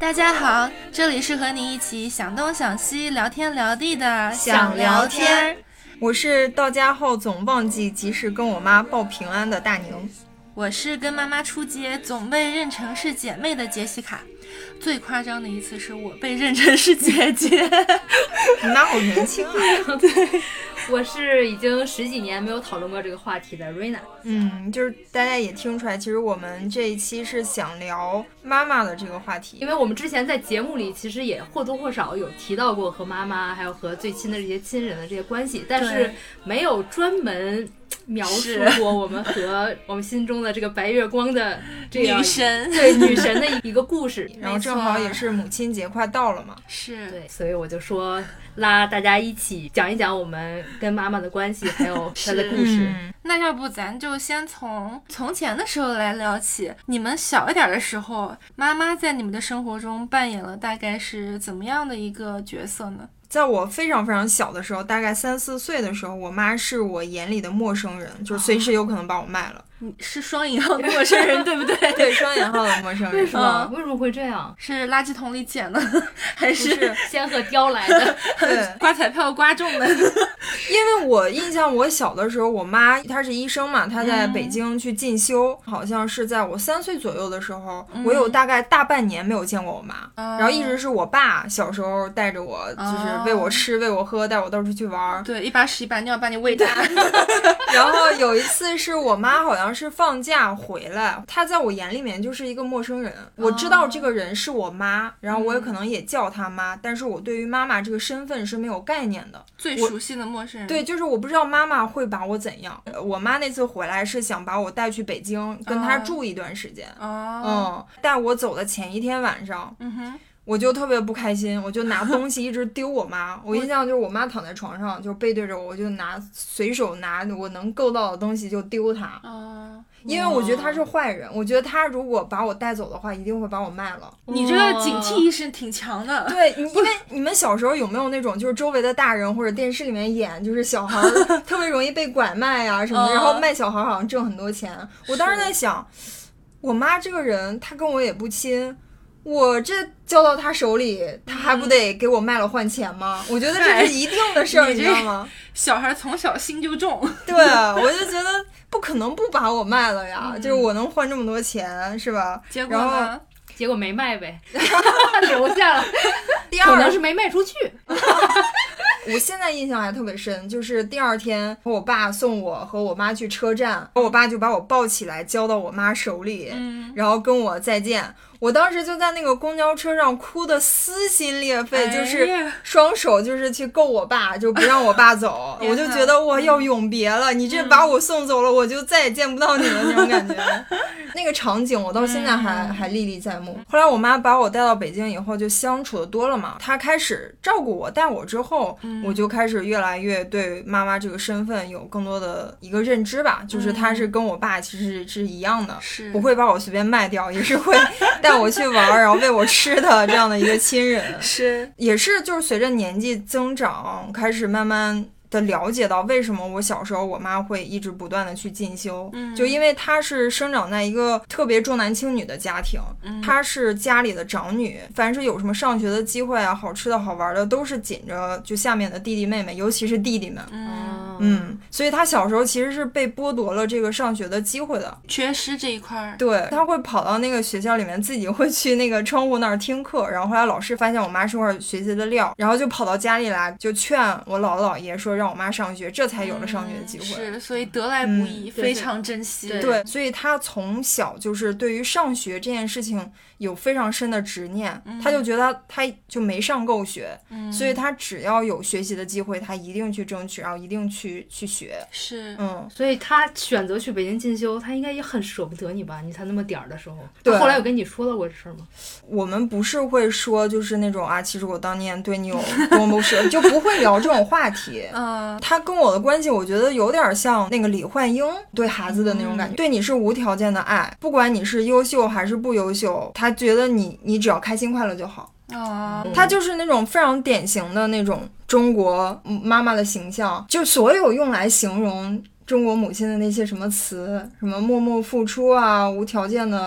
大家好，这里是和你一起想东想西聊天聊地的想聊天。我是到家后总忘记及时跟我妈报平安的大宁。 我是跟妈妈出街总被认成是姐妹的杰西卡。最夸张的一次是我被认成是姐姐。 你妈好年轻啊。 对，我是已经10几年没有讨论过这个话题的瑞娜。 就是大家也听出来，其实我们这一期是想聊妈妈的这个话题， 因为我们之前在节目里其实也或多或少有提到过和妈妈还有和最亲的这些亲人的这些关系，但是没有专门描述过我们和我们心中的这个白月光的这样女神， 对女神的一个故事。 然后正好也是母亲节快到了嘛， 是对，所以我就说拉大家一起讲一讲我们跟妈妈的关系，还有她的故事。 那要不咱就先从前的时候来聊起。你们小一点的时候，妈妈在你们的生活中扮演了大概是怎么样的一个角色呢？ 在我非常非常小的时候，大概3、4岁的时候，我妈是我眼里的陌生人，就是随时有可能把我卖了。 你是双引号的陌生人对不对？ 对，双引号的陌生人。 是吗？为什么会这样？ 是垃圾桶里捡的，还是仙鹤叼来的？ 对， 刮彩票刮中的。 因为我印象，我小的时候，我妈她是医生嘛，她在北京去进修，好像是在我3岁左右的时候，我有大概大半年没有见过我妈，然后一直是我爸小时候带着我，就是喂我吃、喂我喝，带我到处去玩。 对，一把屎一把尿把你喂大。 然后有一次是我妈好像是放假回来，她在我眼里面就是一个陌生人。我知道这个人是我妈，然后我也可能也叫她妈，但是我对于妈妈这个身份是没有概念的。 最熟悉的陌生人。 对，就是我不知道妈妈会把我怎样。我妈那次回来是想把我带去北京，跟她住一段时间。带我走的前一天晚上，我就特别不开心，我就拿东西一直丢我妈。我印象就是我妈躺在床上，就背对着我，我就随手拿我能够到的东西就丢她。因为我觉得她是坏人，我觉得她如果把我带走的话，一定会把我卖了。 你这个警惕意识挺强的。 对，因为你们小时候有没有那种，就是周围的大人或者电视里面演，就是小孩特别容易被拐卖啊什么的，然后卖小孩好像挣很多钱。我当时在想，我妈这个人，她跟我也不亲。我这交到他手里，他还不得给我卖了换钱吗？我觉得这是一定的事儿，你知道吗？ 小孩从小心就重。 对，我就觉得不可能不把我卖了呀，就是我能换这么多钱，是吧？ 结果呢？ 结果没卖呗，留下了。 可能是没卖出去。 我现在印象还特别深，就是第二天我爸送我和我妈去车站，我爸就把我抱起来交到我妈手里，然后跟我再见。我当时就在那个公交车上哭得撕心裂肺，就是双手就是去够我爸，就不让我爸走。我就觉得我要永别了，你这把我送走了，我就再也见不到你了那种感觉。那个场景我到现在还历历在目。后来我妈把我带到北京以后，就相处的多了嘛，她开始照顾我带我之后，我就开始越来越对妈妈这个身份有更多的一个认知吧，就是她是跟我爸其实是一样的，不会把我随便卖掉，也是会带我去玩，然后喂我吃的这样的一个亲人。也是就是随着年纪增长，开始慢慢的了解到为什么我小时候我妈会一直不断的去进修，就因为她是生长在一个特别重男轻女的家庭，她是家里的长女，凡是有什么上学的机会啊，好吃的好玩的，都是紧着就下面的弟弟妹妹，尤其是弟弟们。所以她小时候其实是被剥夺了这个上学的机会的， 缺失这一块。 对，她会跑到那个学校里面，自己会去那个窗户那儿听课，然后后来老师发现我妈是块学习的料，然后就跑到家里来，就劝我姥姥姥爷说让我妈上学，这才有了上学的机会。 是，所以得来不易，非常珍惜。 对，所以她从小就是对于上学这件事情有非常深的执念，她就觉得她就没上够学，所以她只要有学习的机会，她一定去争取，然后一定去学。 是， 所以她选择去北京进修，她应该也很舍不得你吧？你才那么点儿的时候。 对， 后来有跟你说到过这事儿吗？ 我们不是会说就是那种其实我当年对你有多么舍，就不会聊这种话题。他跟我的关系我觉得有点像那个李焕英对孩子的那种感觉，对你是无条件的爱，不管你是优秀还是不优秀，他觉得你只要开心快乐就好。他就是那种非常典型的那种中国妈妈的形象，就所有用来形容中国母亲的那些什么词，什么默默付出啊，无条件的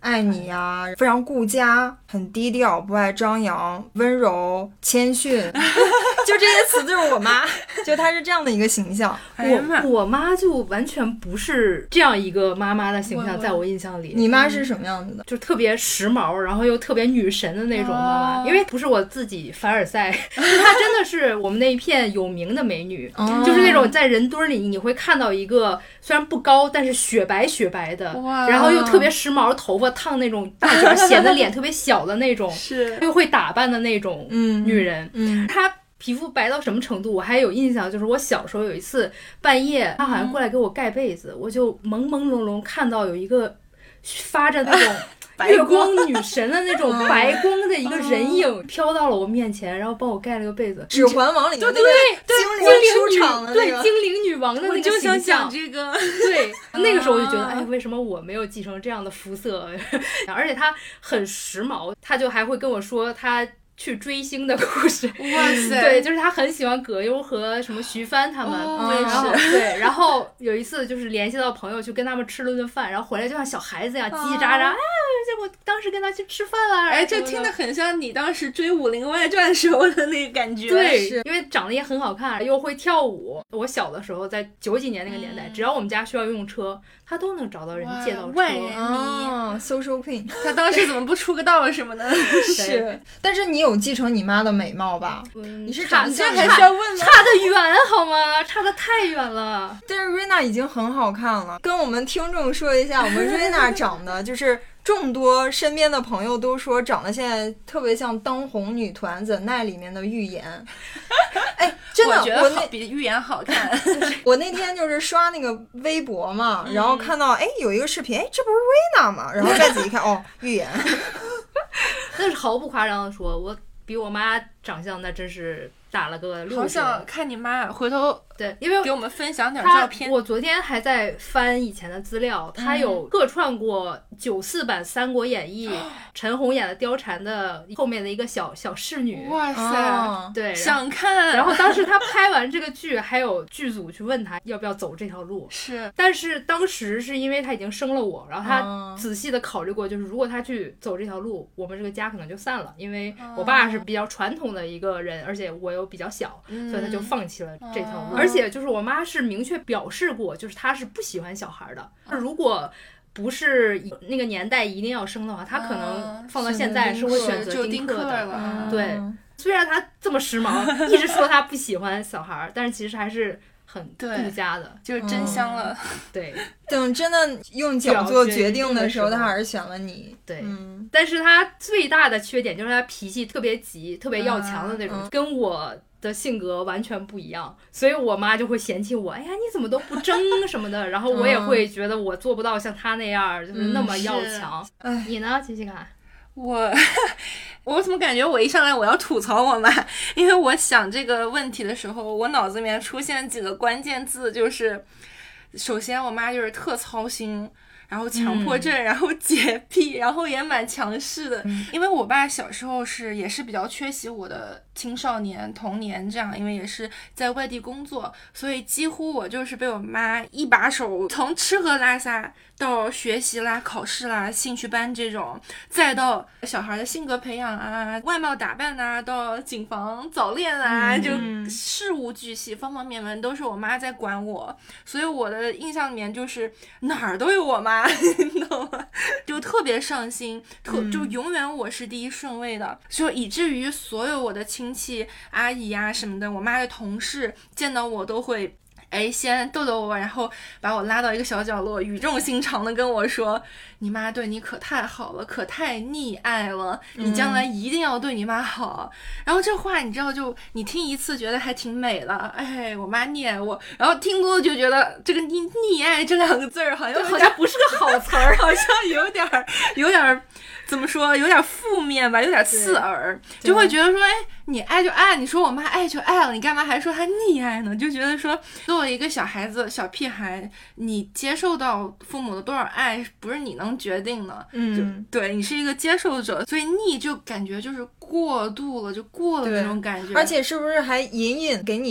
爱你呀，非常顾家，很低调，不爱张扬，温柔谦逊，就这些词就是我妈，就她是这样的一个形象。 我妈就完全不是这样一个妈妈的形象，在我印象里。 你妈是什么样子的？ 就特别时髦，然后又特别女神的那种妈妈。因为不是我自己凡尔赛，她真的是我们那一片有名的美女，就是那种在人堆里你会看到一个虽然不高，但是雪白的，然后又特别时髦，头发烫那种大卷，显得脸特别小的那种， 是又会打扮的那种女人。她皮肤白到什么程度我还有印象，就是我小时候有一次半夜她好像过来给我盖被子，我就朦朦胧胧看到有一个发着那种月光女神的那种白光的一个人影飘到了我面前，然后帮我盖了个被子。 指环王里的那个精灵出场的那个， 对精灵女王的那个形象。 我就想讲这个， 对，那个时候我就觉得，哎，为什么我没有继承这样的肤色？而且她很时髦，她就还会跟我说她去追星的故事。 哇塞！ 对，就是他很喜欢葛优和什么徐帆他们，然后对，然后有一次就是联系到朋友去跟他们吃了顿饭，然后回来就像小孩子一样叽叽喳喳，哎，我当时跟他去吃饭了， 哎，这听得很像你当时追《武林外传》时候的那个感觉。 对，因为长得也很好看，又会跳舞。我小的时候在90几年那个年代，只要我们家需要用车，他都能找到人借到车。 万人迷 ，social queen。 他当时怎么不出个道什么的？ 是，但是你有继承你妈的美貌吧？你是长相还需要问吗？ 差得远好吗？差得太远了。 但是瑞娜已经很好看了，跟我们听众说一下，我们瑞娜长得就是众多身边的朋友都说长得现在特别像当红女团 The Night 里面的预言。哎，真的， 我觉得比预言好看。 我那天就是刷那个微博嘛，然后看到哎有一个视频，哎这不是瑞娜吗？然后再仔细看，哦，预言。 但是毫不夸张的说，我比我妈长相那真是打了个6。 好想看你妈，回头对，因为给我们分享点照片。 我昨天还在翻以前的资料，她有客串过94版《三国演义》陈红演的貂蝉的后面的一个小侍女。 哇塞， 对， 想看。 然后当时她拍完这个剧，还有剧组去问她要不要走这条路。 是， 但是当时是因为她已经生了我，然后她仔细的考虑过，就是如果她去走这条路，我们这个家可能就散了，因为我爸是比较传统的一个人，而且我又比较小，所以他就放弃了这条路。而且就是我妈是明确表示过，就是她是不喜欢小孩的。如果不是那个年代一定要生的话，她可能放到现在是会选择丁克的。对，虽然她这么时髦，一直说她不喜欢小孩，但是其实还是很顾家的， 就是真香了。 对， 等真的用脚做决定的时候，她还是选了你。 对，但是她最大的缺点就是她脾气特别急，特别要强的那种，跟我的性格完全不一样，所以我妈就会嫌弃我，哎呀，你怎么都不争什么的，然后我也会觉得我做不到像她那样，就是那么要强。你呢，琪琪卡？ 我怎么感觉我一上来我要吐槽我妈？因为我想这个问题的时候，我脑子里面出现几个关键字，就是首先我妈就是特操心，然后强迫症，然后洁癖，然后也蛮强势的。因为我爸小时候也是比较缺席我的青少年童年这样，因为也是在外地工作，所以几乎我就是被我妈一把手从吃喝拉撒到学习啦、考试啦、兴趣班这种，再到小孩的性格培养啊、外貌打扮啊，到谨防早恋啊，就事无巨细，方方面面都是我妈在管我，所以我的印象里面就是哪儿都有我妈，你懂吗？就特别上心，就永远我是第一顺位的，就以至于所有我的亲戚阿姨啊什么的，我妈的同事见到我都会先逗逗我，然后把我拉到一个小角落，语重心长的跟我说，你妈对你可太好了，可太溺爱了，你将来一定要对你妈好。然后这话你知道，就你听一次觉得还挺美了，哎，我妈溺爱我，然后听多了就觉得这个溺爱这两个字儿好像不是个好词儿， 好像有点怎么说，有点负面吧，有点刺耳，就会觉得说，哎，你爱就爱，你说我妈爱就爱了，你干嘛还说她溺爱呢？就觉得说，作为一个小孩子、小屁孩，你接受到父母的多少爱，不是你能决定的，对，你是一个接受者，所以溺就感觉就是过度了，就过了那种感觉， 而且是不是还隐隐给你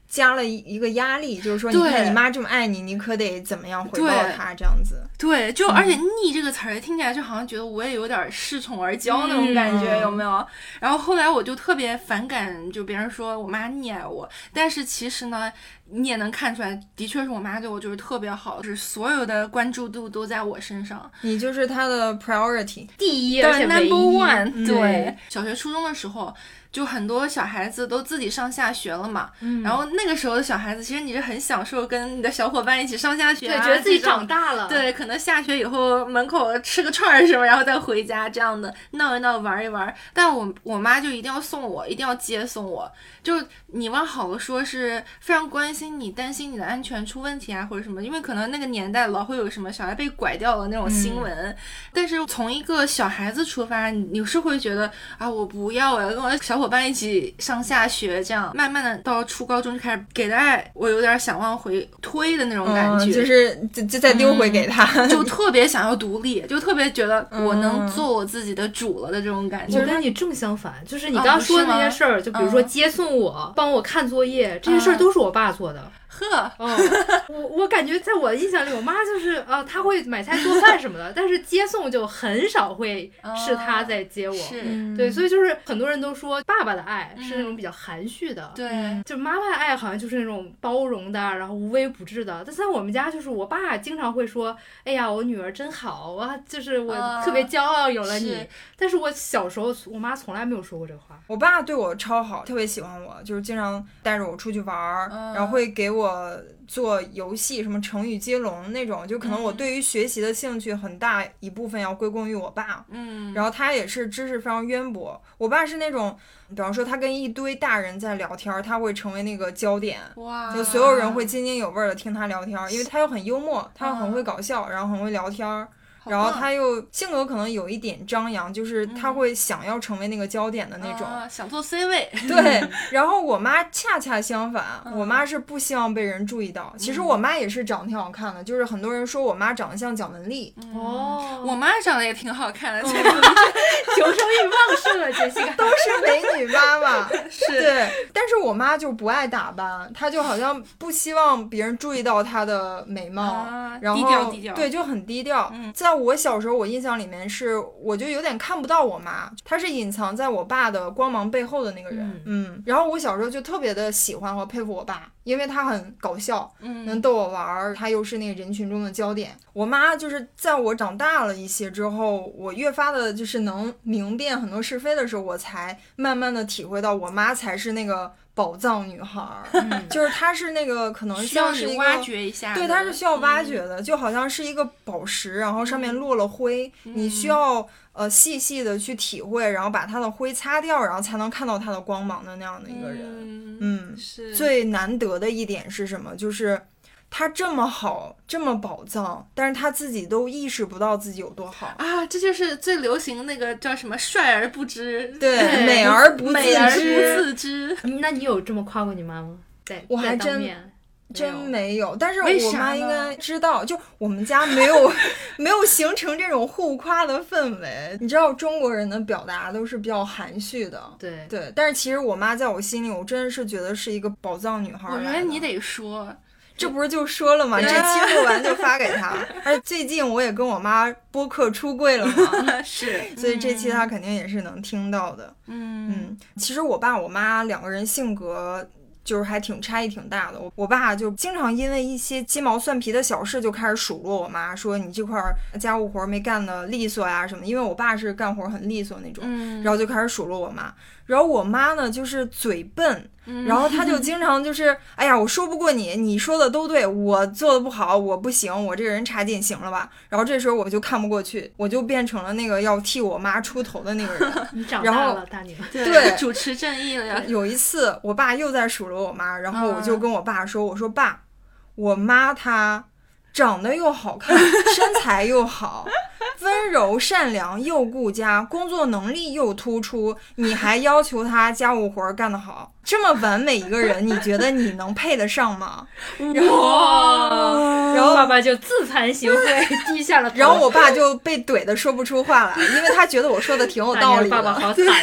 加了一个压力，就是说，你看你妈这么爱你，你可得怎么样回报她这样子。 对，就而且溺这个词儿听起来就好像觉得我也有点恃宠而骄那种感觉，有没有？然后后来我就特别反感，就别人说我妈溺爱我，但是其实呢，你也能看出来，的确是我妈对我就是特别好，就是所有的关注度都在我身上， 你就是她的 priority 第一，而且唯一。 number one。对，小学初中的时候。就很多小孩子都自己上下学了嘛，然后那个时候的小孩子，其实你是很享受跟你的小伙伴一起上下学对，觉得自己长大了。 对，可能下学以后门口吃个串什么，然后再回家这样的闹一闹玩一玩。但我妈就一定要送我，一定要接送我。就你往好了说是非常关心你，担心你的安全出问题啊或者什么，因为可能那个年代老会有什么小孩被拐掉了那种新闻。但是从一个小孩子出发，你是会觉得啊，我不要，我要跟我的小伙伴一起上下学，这样慢慢的到初高中就开始给的爱，我有点想往回推的那种感觉， 就再丢回给他， 就特别想要独立，就特别觉得我能做我自己的主了的这种感觉。 我跟你正相反，就是你刚说的那些事儿，就比如说接送我、帮我看作业，这些事儿都是我爸做的。 呵， 我感觉在我的印象里，我妈就是她会买菜做饭什么的，但是接送就很少会是她在接我。对，所以就是很多人都说爸爸的爱是那种比较含蓄的， 对， 就妈妈的爱好像就是那种包容的，然后无微不至的。但在我们家，就是我爸经常会说：“哎呀，我女儿真好啊，就是我特别骄傲有了你。”但是我小时候，我妈从来没有说过这话。 我爸对我超好，特别喜欢我，就是经常带着我出去玩，然后会给我做游戏，什么成语接龙那种，就可能我对于学习的兴趣很大一部分要归功于我爸。然后他也是知识非常渊博。我爸是那种，比方说他跟一堆大人在聊天，他会成为那个焦点，就所有人会津津有味的听他聊天，因为他又很幽默，他又很会搞笑，然后很会聊天。然后他又性格可能有一点张扬，就是他会想要成为那个焦点的那种， 想做 C 位。 对，然后我妈恰恰相反，我妈是不希望被人注意到。其实我妈也是长得挺好看的，就是很多人说我妈长得像蒋雯丽。 我妈长得也挺好看的，求生欲旺盛啊，杰西卡都是美女妈妈。 是， 对，但是我妈就不爱打扮，她就好像不希望别人注意到她的美貌，然后低调， 对，就很低调。在我小时候，我印象里面是，我就有点看不到我妈，她是隐藏在我爸的光芒背后的那个人。然后我小时候就特别的喜欢和佩服我爸，因为他很搞笑，能逗我玩，他又是那个人群中的焦点。我妈就是在我长大了一些之后，我越发的就是能明辨很多是非的时候，我才慢慢的体会到我妈才是那个宝藏女孩。就是她是那个可能像是一个需要你挖掘一下， 对，她是需要挖掘的，就好像是一个宝石，然后上面落了灰，你需要细细的去体会，然后把它的灰擦掉，然后才能看到它的光芒的那样的一个人。 是最难得的一点是什么？就是他这么好，这么宝藏，但是他自己都意识不到自己有多好啊！这就是最流行那个叫什么“帅而不知”， 对，美而不自知。 那你有这么夸过你妈吗？ 我还真没有，但是我妈应该知道，就我们家没有形成这种互夸的氛围。你知道中国人的表达都是比较含蓄的，对。但是其实我妈在我心里，我真的是觉得是一个宝藏女孩。 我觉得你得说。 这不是就说了吗？这期录完就发给他。而且最近我也跟我妈播客出柜了嘛， 是， 所以这期他肯定也是能听到的。其实我爸我妈两个人性格就是还差异挺大的。我爸就经常因为一些鸡毛蒜皮的小事就开始数落我妈，说你这块家务活没干的利索呀什么，因为我爸是干活很利索那种，然后就开始数落我妈。然后我妈呢就是嘴笨，然后她就经常就是哎呀，我说不过你，你说的都对，我做的不好，我不行，我这个人差劲，行了吧？然后这时候我就看不过去，我就变成了那个要替我妈出头的那个人。 你长大了，大女儿。 对， 主持正义了呀。 有一次我爸又在数落我妈，然后我就跟我爸说，我说爸，我妈她长得又好看，身材又好，温柔善良又顾家，工作能力又突出，你还要求她家务活干得好，这么完美一个人，你觉得你能配得上吗？然后爸爸就自惭形秽，低下了头。 然后我爸就被怼得说不出话来，因为他觉得我说的挺有道理的。 爸爸好惨啊！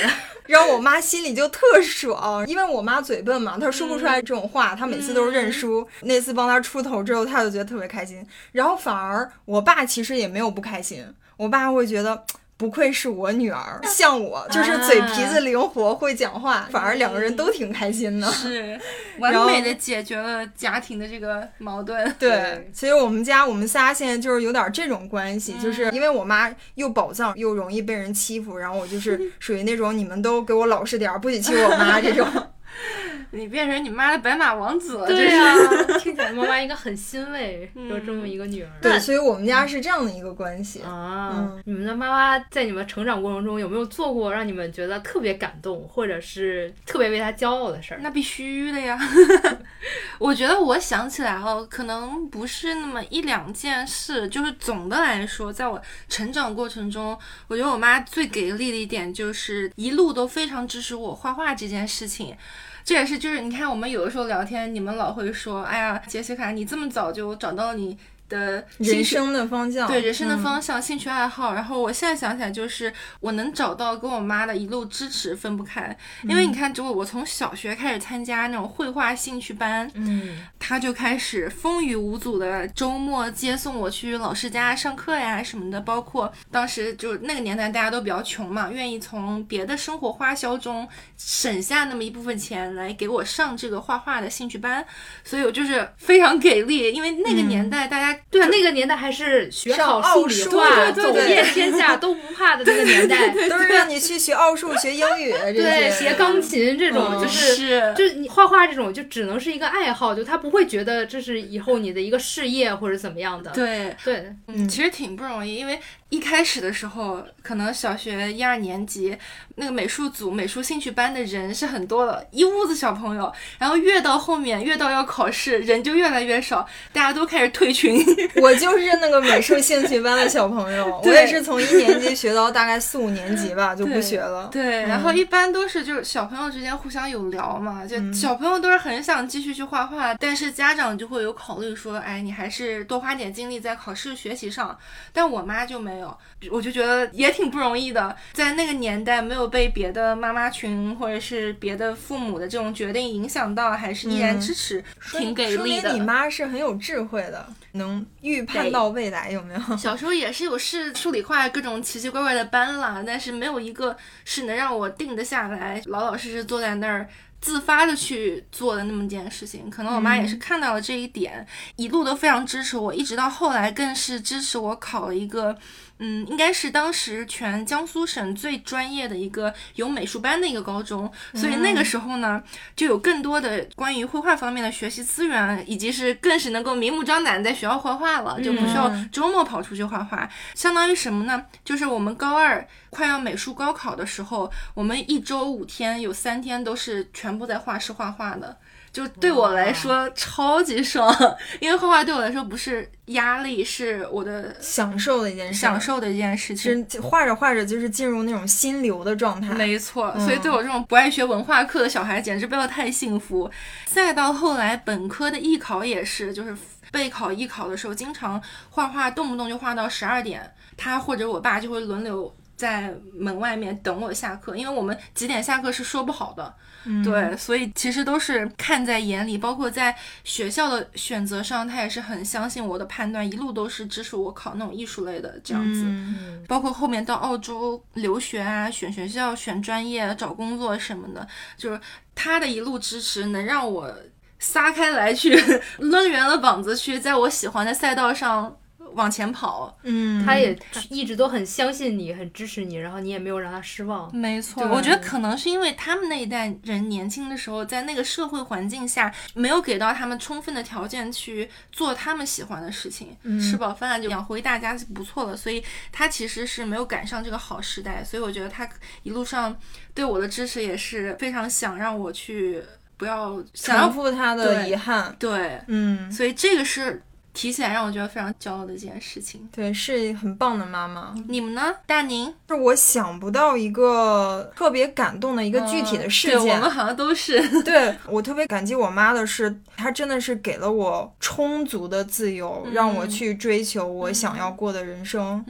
然后我妈心里就特爽，因为我妈嘴笨嘛，她说不出来这种话，她每次都是认输。那次帮她出头之后，她就觉得特别开心。然后反而我爸其实也没有不开心，我爸会觉得不愧是我女儿，像我就是嘴皮子灵活，会讲话，反而两个人都挺开心的， 是完美的解决了家庭的这个矛盾。 对，所以我们仨现在就是有点这种关系，就是因为我妈又宝藏又容易被人欺负，然后我就是属于那种你们都给我老实点，不许欺负我妈这种。 你变成你妈的白马王子了。 对啊，听起来妈妈应该很欣慰，有这么一个女儿。 对，所以我们家是这样的一个关系啊。你们的妈妈在你们成长过程中有没有做过让你们觉得特别感动，或者是特别为她骄傲的事儿？ 那必须的呀。我觉得我想起来可能不是那么一两件事，就是总的来说，在我成长过程中，我觉得我妈最给力的一点就是一路都非常支持我画画这件事情。这也是就是你看我们有的时候聊天，你们老会说，哎呀，杰西卡，你这么早就找到你的人生的方向， 对人生的方向、兴趣爱好。然后我现在想起来，就是我能找到跟我妈的一路支持分不开。因为你看，我从小学开始参加那种绘画兴趣班，她就开始风雨无阻的周末接送我去老师家上课呀什么的。包括当时就那个年代大家都比较穷嘛，愿意从别的生活花销中省下那么一部分钱来给我上这个画画的兴趣班。所以我就是非常给力，因为那个年代大家对那个年代还是学好数理化，走遍天下都不怕的那个年代， 都是让你去学奥数、学英语， 对，学钢琴这种，就是你画画这种，就只能是一个爱好，就他不会觉得这是以后你的一个事业或者怎么样的。 对对， 其实挺不容易，因为一开始的时候，可能小学1、2年级那个美术组、美术兴趣班的人是很多的，一屋子小朋友，然后越到后面，越到要考试，人就越来越少，大家都开始退群。 我就是那个美术兴趣班的小朋友，我也是从1年级学到大概4、5年级吧，就不学了。 对，然后一般都是就是小朋友之间互相有聊嘛，就小朋友都是很想继续去画画，但是家长就会有考虑说，哎，你还是多花点精力在考试学习上。但我妈就没有，我就觉得也挺不容易的，在那个年代没有被别的妈妈群或者是别的父母的这种决定影响到，还是依然支持，挺给力的。 说明你妈是很有智慧的，能预判到未来，有没有？ 小时候也是有数理化各种奇奇怪怪的班啦，但是没有一个是能让我定得下来，老老实实坐在那儿自发的去做的那么件事情。可能我妈也是看到了这一点，一路都非常支持我，一直到后来更是支持我考了一个应该是当时全江苏省最专业的一个有美术班的一个高中。所以那个时候呢，就有更多的关于绘画方面的学习资源，以及是更是能够明目张胆在学校画画了，就不需要周末跑出去画画。相当于什么呢？就是我们高2快要美术高考的时候，我们1周5天有3天都是全部在画室画画的。就对我来说超级爽，因为画画对我来说不是压力，是我的享受的一件事情。是画着画着就是进入那种心流的状态。 没错，所以对我这种不爱学文化课的小孩简直不要太幸福。再到后来本科的艺考也是，就是备考艺考的时候经常画画，动不动就画到12点，他或者我爸就会轮流在门外面等我下课，因为我们几点下课是说不好的。对，所以其实都是看在眼里，包括在学校的选择上，他也是很相信我的判断，一路都是支持我考那种艺术类的这样子。包括后面到澳洲留学啊，选学校、选专业、找工作什么的，就是他的一路支持能让我撒开来去抡圆了膀子去在我喜欢的赛道上往前跑。 他也一直都很相信你，很支持你，然后你也没有让他失望。 没错，我觉得可能是因为他们那一代人年轻的时候在那个社会环境下没有给到他们充分的条件去做他们喜欢的事情，吃饱饭了就养活一大家是不错的，所以他其实是没有赶上这个好时代。所以我觉得他一路上对我的支持也是非常想让我去不要重复他的遗憾。 对，所以这个是提起来让我觉得非常骄傲的一件事情。 对，是很棒的妈妈。 你们呢，大宁？ 是我想不到一个特别感动的一个具体的事件。 对，我们好像都是。 对，我特别感激我妈的是，她真的是给了我充足的自由，让我去追求我想要过的人生。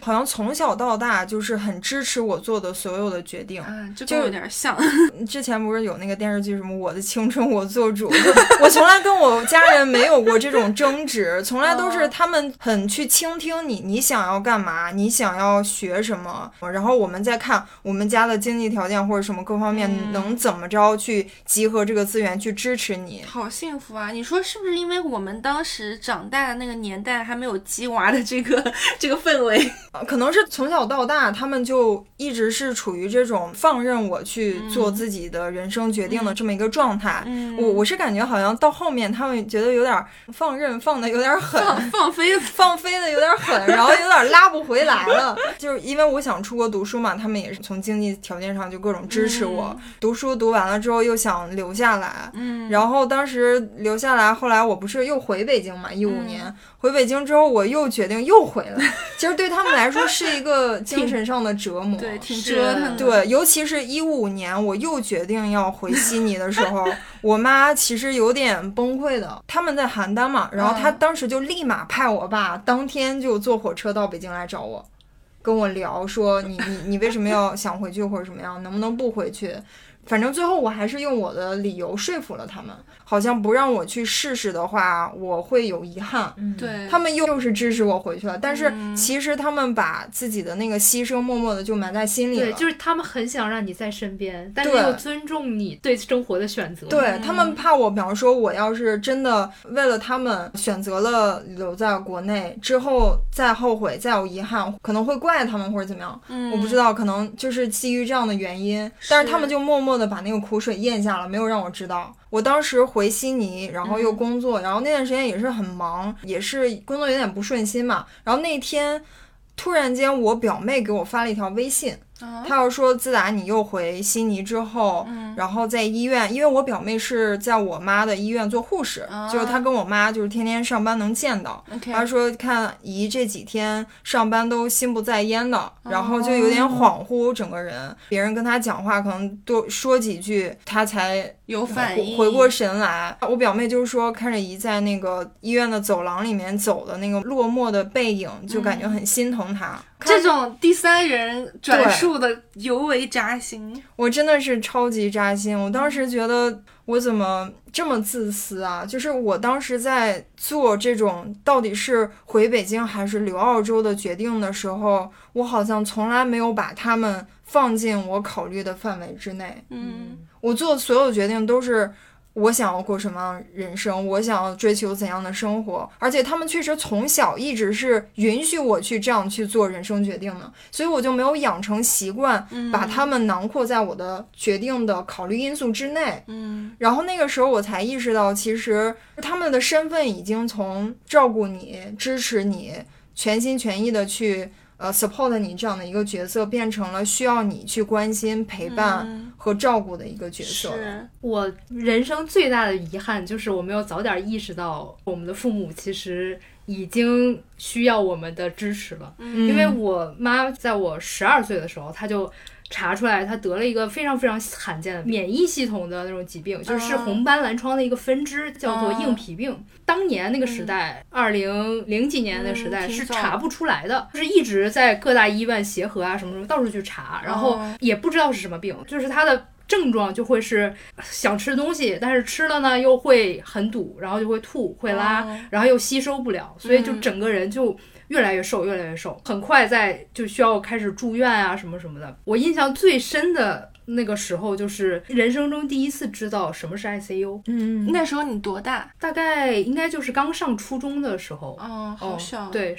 好像从小到大就是很支持我做的所有的决定。 这跟我有点像。 之前不是有那个电视剧什么《我的青春我做主》，我从来跟我家人没有过这种争执，从来都是他们很去倾听你想要干嘛，你想要学什么，然后我们再看我们家的经济条件或者什么各方面能怎么着去集合这个资源去支持你。 好幸福啊！你说是不是因为我们当时长大的那个年代还没有鸡娃的这个氛围？ 可能是从小到大他们就一直是处于这种放任我去做自己的人生决定的这么一个状态。我是感觉好像到后面他们觉得有点放任放的有点狠， 放飞的有点狠，然后有点拉不回来了。就是因为我想出国读书嘛，他们也是从经济条件上就各种支持我。读书读完了之后又想留下来，然后当时留下来，后来我不是又回北京嘛，15年回北京之后我又决定又回来。其实对他们来说是一个精神上的折磨， 对，挺折腾的。 对，尤其是15年我又决定要回悉尼的时候，我妈其实有点崩溃的。他们在邯郸嘛，然后她当时就立马派我爸当天就坐火车到北京来找我，跟我聊说你为什么要想回去或者什么样，能不能不回去。反正最后我还是用我的理由说服了他们，好像不让我去试试的话我会有遗憾。 对， 他们又是支持我回去了，但是其实他们把自己的那个牺牲默默的就埋在心里了。 对，就是他们很想让你在身边，但是又尊重你对生活的选择。 对，他们怕我，比方说我要是真的为了他们选择了留在国内之后再后悔再有遗憾，可能会怪他们或者怎么样。我不知道，可能就是基于这样的原因，但是他们就默默的把那个苦水咽下了，没有让我知道。我当时回悉尼，然后又工作，然后那段时间也是很忙，也是工作有点不顺心嘛。然后那天突然间我表妹给我发了一条微信，她要说自打你又回悉尼之后，然后在医院，因为我表妹是在我妈的医院做护士，就是她跟我妈就是天天上班能见到。她说看姨这几天上班都心不在焉的，然后就有点恍惚整个人，别人跟她讲话可能多说几句她才有反应回过神来。我表妹就是说看着姨在那个医院的走廊里面走的那个落寞的背影，就感觉很心疼她。 这种第三人转述的尤为扎心， 我真的是超级扎心。我当时觉得我怎么这么自私啊，就是我当时在做这种到底是回北京还是留澳洲的决定的时候，我好像从来没有把他们放进我考虑的范围之内。我做的所有决定都是我想要过什么样的人生，我想要追求怎样的生活，而且他们确实从小一直是允许我去这样去做人生决定的，所以我就没有养成习惯把他们囊括在我的决定的考虑因素之内。然后那个时候我才意识到，其实他们的身份已经从照顾你、支持你、全心全意的去support 你这样的一个角色，变成了需要你去关心、陪伴和照顾的一个角色。 我人生最大的遗憾就是我没有早点意识到我们的父母其实已经需要我们的支持了。因为我妈在我12岁的时候，她就查出来她得了一个非常非常罕见的免疫系统的那种疾病，就是红斑狼疮的一个分支，叫做硬皮病。当年那个时代，2000几年的时代是查不出来的，就是一直在各大医院协和啊什么什么到处去查，然后也不知道是什么病，就是它的症状就会是想吃东西，但是吃了呢又会很堵，然后就会吐会拉，然后又吸收不了，所以就整个人就越来越瘦越来越瘦，很快就需要开始住院啊什么什么的。我印象最深的那个时候就是人生中第一次知道什么是 ICU。 那时候你多大？ 大概应该就是刚上初中的时候。 好小。 对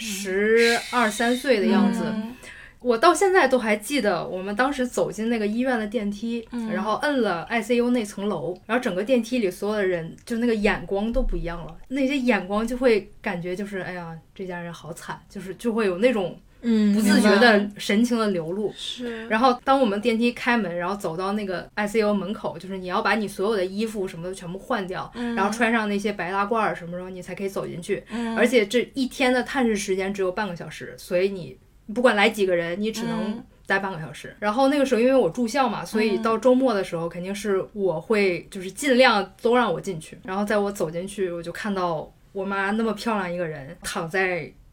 ，12、13岁的样子。我到现在都还记得，我们当时走进那个医院的电梯，然后摁了 ICU 那层楼，然后整个电梯里所有的人就那个眼光都不一样了，那些眼光就会感觉就是哎呀这家人好惨，就会有那种不自觉的神情的流露。 是。 然后当我们电梯开门，然后走到那个 ICU 门口，就是你要把你所有的衣服什么的全部换掉，然后穿上那些白大褂什么时候你才可以走进去。而且这一天的探视时间只有半个小时，所以你不管来几个人你只能待半个小时。然后那个时候因为我住校嘛，所以到周末的时候肯定是我会就是尽量都让我进去。然后在我走进去，我就看到我妈那么漂亮一个人躺在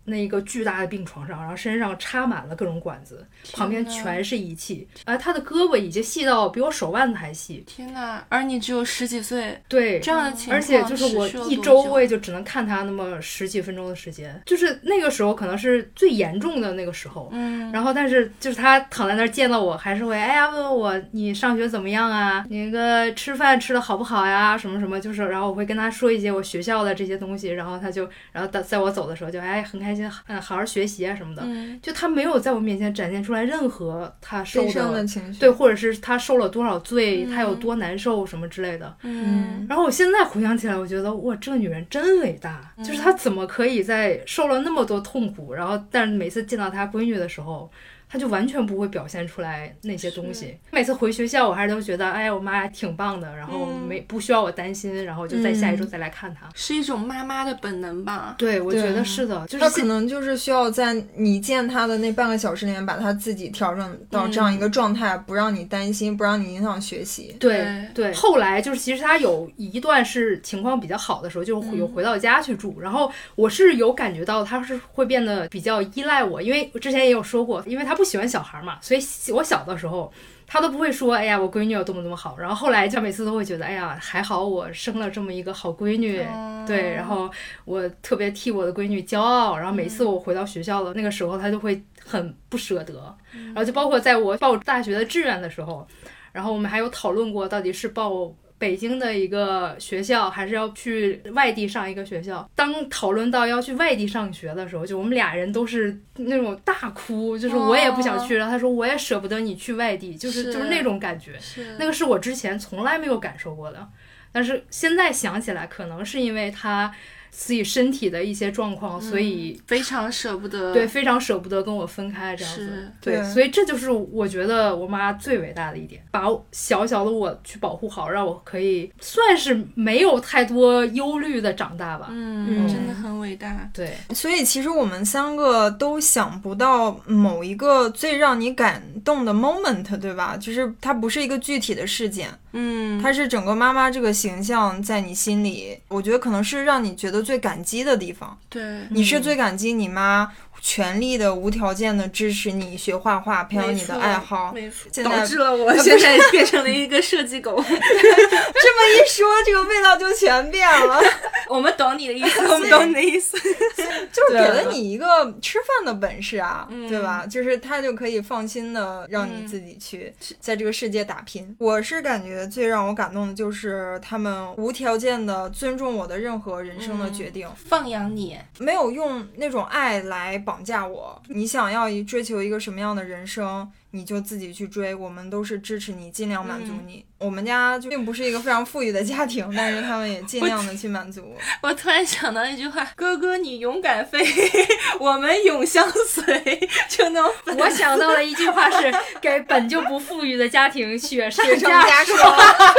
那一个巨大的病床上，然后身上插满了各种管子，旁边全是仪器，而他的胳膊已经细到比我手腕子还细。 天哪！而你只有10几岁， 对， 这样的情况， 而且就是我一周我也就只能看他那么10几分钟的时间，就是那个时候可能是最严重的那个时候。然后但是就是他躺在那儿见到我，还是会哎呀问问我你上学怎么样啊，你那个吃饭吃的好不好呀，什么什么，就是然后我会跟他说一些我学校的这些东西，然后他就然后在我走的时候就哎很开心，好好学习啊什么的。就他没有在我面前展现出来任何他受的情绪， 对，或者是他受了多少罪，他有多难受什么之类的。然后我现在回想起来，我觉得哇，这个女人真伟大，就是她怎么可以在受了那么多痛苦，然后但是每次见到她闺女的时候，他就完全不会表现出来那些东西。每次回学校我还是都觉得哎我妈挺棒的，然后不需要我担心，然后就在下一周再来看她。 是一种妈妈的本能吧。 对，我觉得是的，就是她可能就是需要在你见她的那半个小时里面把她自己调整到这样一个状态，不让你担心，不让你影响学习。 对对，后来就是其实她有一段是情况比较好的时候，就有回到家去住，然后我是有感觉到她是会变得比较依赖我，因为我之前也有说过，因为她不喜欢小孩嘛，所以我小的时候他都不会说哎呀我闺女有多么多么好，然后后来就每次都会觉得哎呀还好我生了这么一个好闺女。对，然后我特别替我的闺女骄傲，然后每次我回到学校的那个时候他就会很不舍得。然后就包括在我报大学的志愿的时候，然后我们还有讨论过到底是报北京的一个学校还是要去外地上一个学校。当讨论到要去外地上学的时候，就我们俩人都是那种大哭，就是我也不想去，然后他说我也舍不得你去外地，就是那种感觉。那个是我之前从来没有感受过的，但是现在想起来可能是因为他自己身体的一些状况，所以非常舍不得。 对，非常舍不得跟我分开这样子。对，所以这就是我觉得我妈最伟大的一点，把小小的我去保护好，让我可以算是没有太多忧虑的长大吧。 真的很伟大。 对， 所以其实我们3个都想不到某一个最让你感动的 moment， 对吧？就是它不是一个具体的事件，它是整个妈妈这个形象在你心里，我觉得可能是让你觉得最感激的地方。 对， 你是最感激你妈全力的无条件的支持你学画画，培养你的爱好， 没错，导致了我现在变成了一个设计狗。这么一说，这个味道就全变了。 我们懂你的意思，我们懂你的意思， 就是给了你一个吃饭的本事啊，对吧？就是他就可以放心的让你自己去在这个世界打拼。我是感觉最让我感动的就是他们无条件的尊重我的任何人生的决定， 放养你， 没有用那种爱来绑架我。你想要追求一个什么样的人生，你就自己去追，我们都是支持你，尽量满足你。我们家就并不是一个非常富裕的家庭，但是他们也尽量的去满足我。 我突然想到一句话，哥哥你勇敢飞，我们永相随，就能我想到了一句话是给本就不富裕的家庭雪上加霜。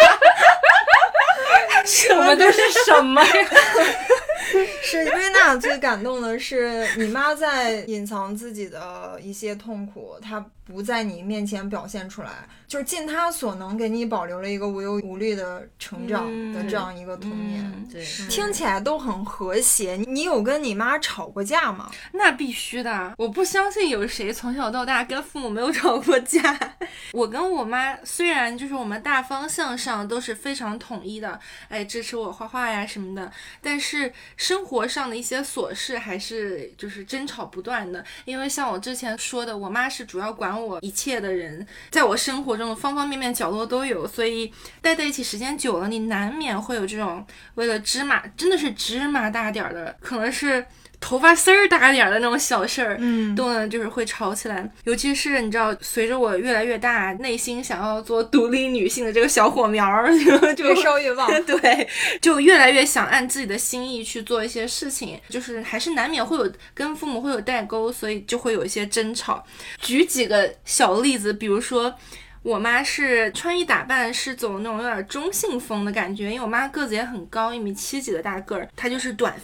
我们都是什么呀？ 是瑞娜最感动的是你妈在隐藏自己的一些痛苦，她不在你面前表现出来，就是尽她所能给你保留了一个无忧无虑的成长的这样一个童年。 对， 听起来都很和谐。你有跟你妈吵过架吗？ 那必须的，我不相信有谁从小到大跟父母没有吵过架。我跟我妈虽然就是我们大方向上都是非常统一的，支持我画画呀什么的，但是生活上的一些琐事还是就是争吵不断的。因为像我之前说的，我妈是主要管我一切的人，在我生活中的方方面面角落都有，所以待在一起时间久了，你难免会有这种为了芝麻，真的是芝麻大点的，可能是头发丝儿大点的那种小事儿，都能就是会吵起来。尤其是你知道，随着我越来越大，内心想要做独立女性的这个小火苗就越烧越旺。 对，就越来越想按自己的心意去做一些事情，就是还是难免会有跟父母会有代沟，所以就会有一些争吵。举几个小例子，比如说我妈是穿衣打扮是走那种有点中性风的感觉，因为我妈个子也很高，1.7米几的大个儿，她就是短发，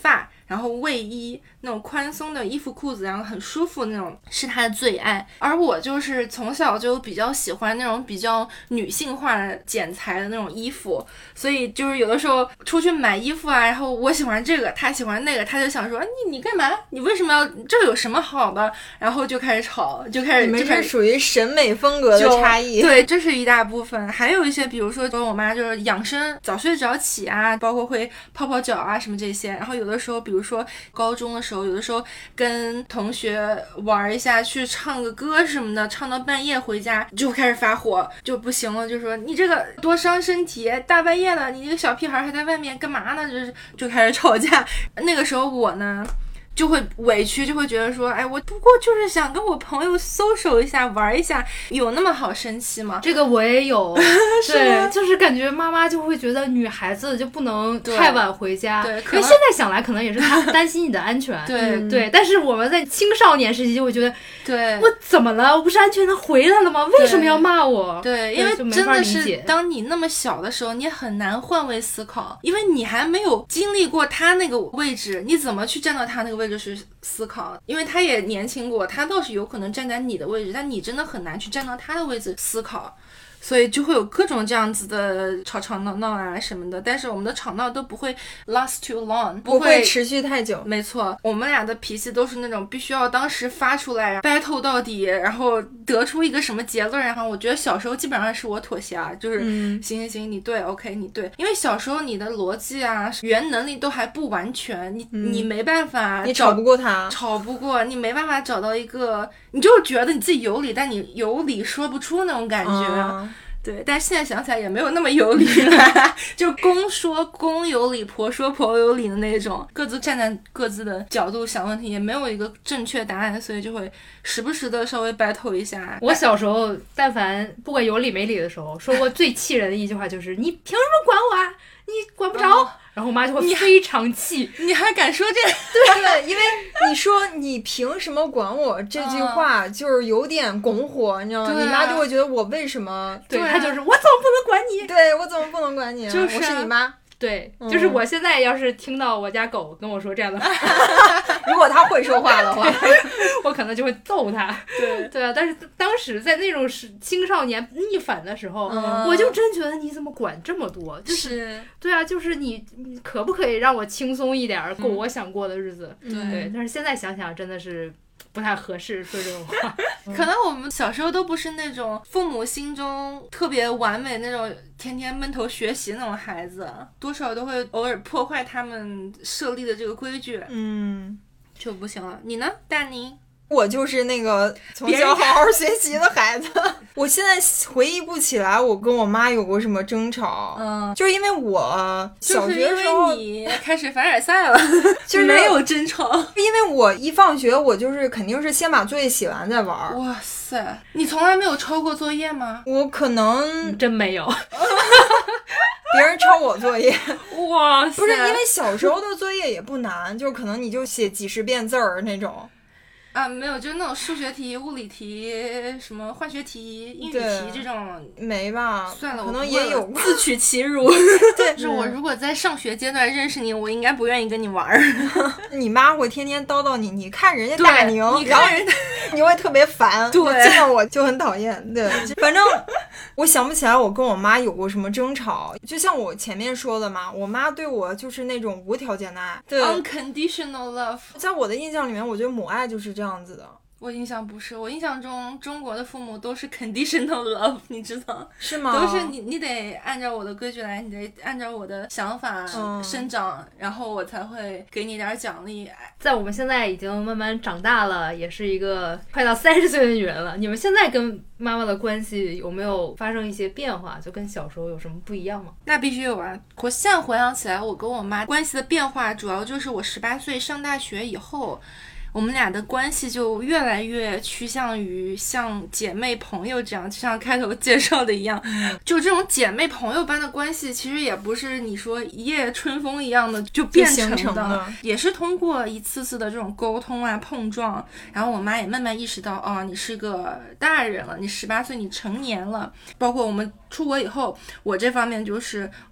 然后卫衣那种宽松的衣服裤子，然后很舒服那种是他的最爱。而我就是从小就比较喜欢那种比较女性化的剪裁的那种衣服，所以就是有的时候出去买衣服啊，然后我喜欢这个，他喜欢那个，他就想说你干嘛？你为什么要这个有什么好的？然后就开始吵，就开始你们是属于审美风格的差异。 对，这是一大部分。还有一些比如说我妈就是养生，早睡早起啊，包括会泡泡脚啊什么这些。然后有的时候比如说高中的时候，有的时候跟同学玩一下，去唱个歌什么的，唱到半夜回家就开始发火，就不行了，就说你这个多伤身体，大半夜的你这个小屁孩还在外面干嘛呢，就开始吵架。那个时候我呢就会委屈，就会觉得说，哎，我不过就是想跟我朋友social一下，玩一下，有那么好生气吗？ 这个我也有，对，就是感觉妈妈就会觉得女孩子就不能太晚回家， 对， 因为现在想来可能也是她担心你的安全，对，但是我们在青少年时期就会觉得， 对， 我怎么了？我不是安全的回来了吗？为什么要骂我？ 对，因为真的是当你那么小的时候，你很难换位思考，因为你还没有经历过他那个位置，你怎么去站到他那个位置去思考？因为他也年轻过，他倒是有可能站在你的位置，但你真的很难去站到他的位置思考，所以就会有各种这样子的吵吵闹闹啊什么的。但是我们的吵闹都不会 last too long， 不会持续太久。 没错，我们俩的脾气都是那种必须要当时发出来 battle 到底，然后得出一个什么结论。然后我觉得小时候基本上是我妥协啊，就是行你对 OK 你对，因为小时候你的逻辑啊语言能力都还不完全，你没办法， 你吵不过他， 吵不过，你没办法找到一个，你就觉得你自己有理，但你有理说不出那种感觉。对，但现在想起来也没有那么有理了，就公说公有理，婆说婆有理的那种，各自站在各自的角度想问题，也没有一个正确答案，所以就会时不时的稍微 battle 一下。 我小时候但凡不管有理没理的时候，说过最气人的一句话就是你凭什么管我啊，你管不着。然后我妈就会非常气， 你还敢说这？ 对，因为你说你凭什么管我这句话就是有点拱火，你知道吗？你妈就会觉得我为什么？ 对，她就是我怎么不能管你？ 对，我怎么不能管你？ 就是我是你妈。 对，就是我现在要是听到我家狗跟我说这样的话， 如果它会说话的话， 我可能就会揍它。对啊，但是当时在那种青少年逆反的时候，我就真觉得你怎么管这么多？就是对啊，就是你可不可以让我轻松一点，过我想过的日子？对，但是现在想想真的是不太合适说这种话。 可能我们小时候都不是那种父母心中特别完美那种天天闷头学习那种孩子，多少都会偶尔破坏他们设立的这个规矩，就不行了。你呢，大宁？ 我就是那个从小好好学习的孩子。我现在回忆不起来我跟我妈有过什么争吵，就是因为我小学的时候， 就是因为你开始凡尔赛了， 就是没有争吵。 因为我一放学，我就是肯定是先把作业写完再玩。 哇塞，你从来没有抄过作业吗？ 我可能真没有。 别人抄我作业， 哇塞！ 不是因为小时候的作业也不难，就是可能你就写几十遍字儿那种。 啊，没有，就是那种数学题、物理题、什么化学题、英语题这种没吧？ 算了， 可能也有自取其辱。对，是我如果在上学阶段认识你，我应该不愿意跟你玩儿。 你妈会天天叨叨你，你看人家大宁， 你看人家， 你会特别烦。 对， 见到我就很讨厌。对，反正我想不起来我跟我妈有过什么争吵。就像我前面说的嘛，我妈对我就是那种无条件的爱，对 ，unconditional love。 在我的印象里面，我觉得母爱就是这样子的。 我印象不是，我印象中中国的父母都是 conditional love， 你知道是吗？ 都是你得按照我的规矩来，你得按照我的想法生长，然后我才会给你点奖励。 在我们现在已经慢慢长大了，也是一个快到30岁的女人了，你们现在跟妈妈的关系有没有发生一些变化？就跟小时候有什么不一样吗？ 那必须有啊！我现在回想起来，我跟我妈关系的变化，主要就是我18岁上大学以后，我们俩的关系就越来越趋向于像姐妹朋友这样，就像开头介绍的一样，就这种姐妹朋友般的关系，其实也不是你说一夜春风一样的就变成的，也是通过一次次的这种沟通啊碰撞，然后我妈也慢慢意识到，哦，你是个大人了，你18岁，你成年了。包括我们出国以后，我这方面就是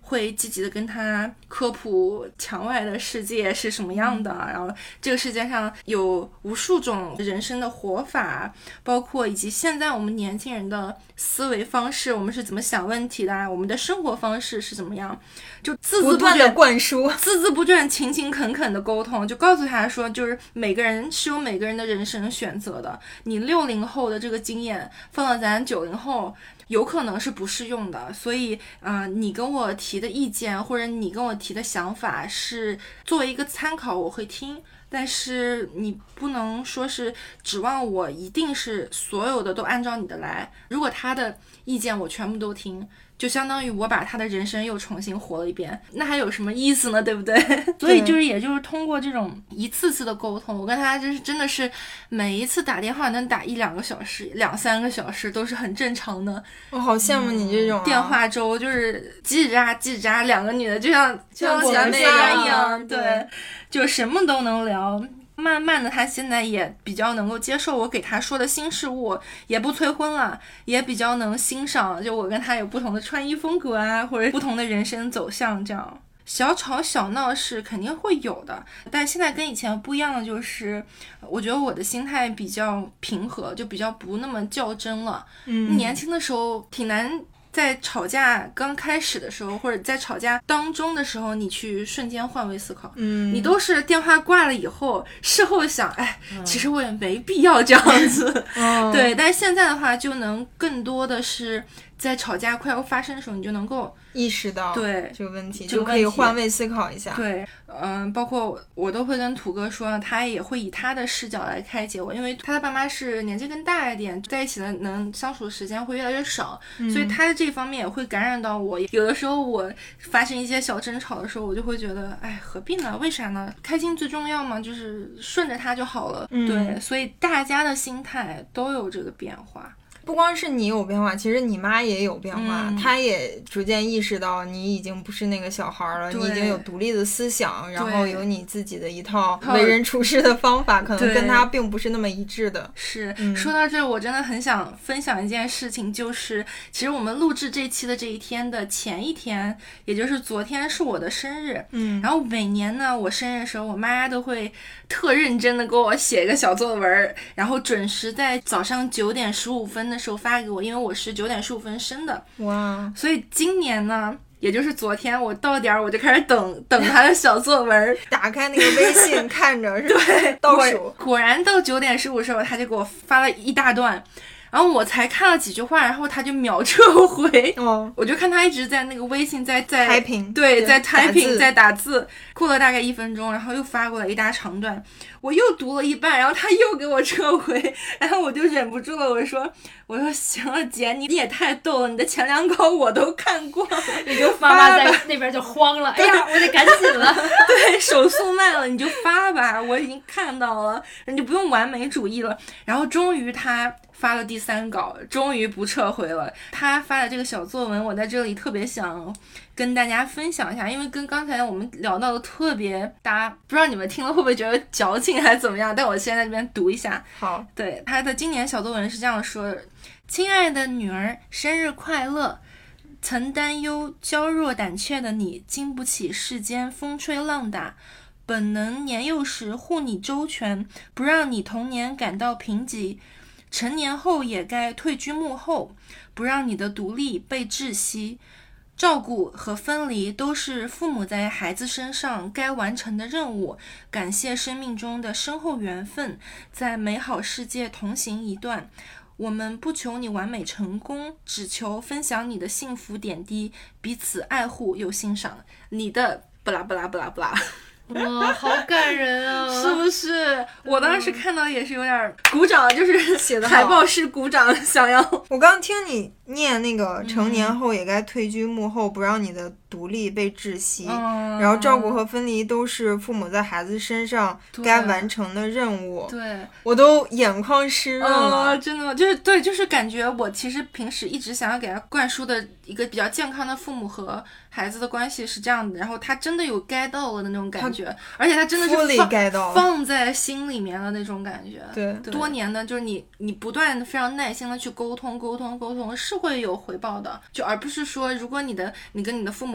会积极的跟他科普墙外的世界是什么样的，然后这个世界上有无数种人生的活法，包括以及现在我们年轻人的思维方式，我们是怎么想问题的，我们的生活方式是怎么样，就字字不不断的倦灌输， 孜孜不倦、勤勤恳恳的沟通，就告诉他说，就是每个人是有每个人的人生选择的。你60后的这个经验放到咱90后，有可能是不适用的。所以，你跟我提的意见或者你跟我提的想法是作为一个参考，我会听。但是你不能说是指望我一定是所有的都按照你的来。如果他的意见我全部都听，就相当于我把他的人生又重新活了一遍，那还有什么意思呢？对不对？所以就是也就是通过这种一次次的沟通，我跟他就是真的是每一次打电话能打1-2个小时、2-3个小时都是很正常的。 我好羡慕你这种、 电话粥，就是叽喳叽喳，两个女的就像姐妹一样，对，就什么都能聊。慢慢的他现在也比较能够接受我给他说的新事物，也不催婚了，也比较能欣赏就我跟他有不同的穿衣风格啊，或者不同的人生走向，这样小吵小闹是肯定会有的。但现在跟以前不一样的就是我觉得我的心态比较平和，就比较不那么较真了。年轻的时候挺难在吵架刚开始的时候，或者在吵架当中的时候，你去瞬间换位思考，你都是电话挂了以后，事后想，其实我也没必要这样子，对。但是现在的话，就能更多的是在吵架快要发生的时候，你就能够意识到对这个问题，就可以换位思考一下。 对，包括我都会跟土哥说，他也会以他的视角来开解我，因为他的爸妈是年纪更大一点，在一起的能相处的时间会越来越少，所以他的这方面也会感染到我。有的时候我发生一些小争吵的时候，我就会觉得，何必呢？为啥呢？开心最重要嘛，就是顺着他就好了。对，所以大家的心态都有这个变化。 不光是你有变化，其实你妈也有变化，她也逐渐意识到你已经不是那个小孩了，你已经有独立的思想，然后有你自己的一套为人处事的方法，可能跟她并不是那么一致的。 是，说到这我真的很想分享一件事情，就是其实我们录制这期的这一天的前一天，也就是昨天是我的生日，然后每年呢我生日的时候，我妈都会特认真的给我写一个小作文，然后准时在早上9点15分的时候发给我，因为我是9点15分生的。 哇！ 所以今年呢，也就是昨天我到点我就开始等他的小作文， 打开那个微信看着是吧？ 对， 倒数。 果然到9点15的时候，他就给我发了一大段。然后我才看了几句话，然后他就秒撤回。我就看他一直在那个微信在 typing， 对，在 typing， 在打字，过了大概1分钟，然后又发过来一大长段，我又读了一半，然后他又给我撤回，然后我就忍不住了，我说行了姐，你也太逗了，你的前2稿我都看过了，你就发吧。 妈妈在那边就慌了，哎呀，我得赶紧了。 对，手速慢了，你就发吧，我已经看到了，你就不用完美主义了。然后终于他发了第3稿，终于不撤回了。他发的这个小作文，我在这里特别想跟大家分享一下，因为跟刚才我们聊到的特别搭，不知道你们听了会不会觉得矫情还是怎么样，但我先在这边读一下。 好， 对，他的今年小作文是这样说的：亲爱的女儿，生日快乐！曾担忧娇弱胆怯的你经不起世间风吹浪打，本能年幼时护你周全，不让你童年感到贫瘠，成年后也该退居幕后，不让你的独立被窒息。照顾和分离都是父母在孩子身上该完成的任务，感谢生命中的深厚缘分，在美好世界同行一段。我们不求你完美成功，只求分享你的幸福点滴，彼此爱护又欣赏。你的不啦不啦不啦不啦。 哇，好感人啊！ 是不是？我当时看到也是有点鼓掌，就是写的海报式鼓掌，想要。 我刚听你念那个成年后也该退居幕后，不让你的独立被窒息，然后照顾和分离都是父母在孩子身上该完成的任务。 对， 我都眼眶湿润了。 真的就是对，就是感觉我其实平时一直想要给他灌输的一个比较健康的父母和孩子的关系是这样的，然后他真的有 get 到了的那种感觉，而且他真的是放在心里面的那种感觉。 对， 多年的就是你不断的非常耐心的去沟通，是会有回报的。就而不是说如果你跟你的父母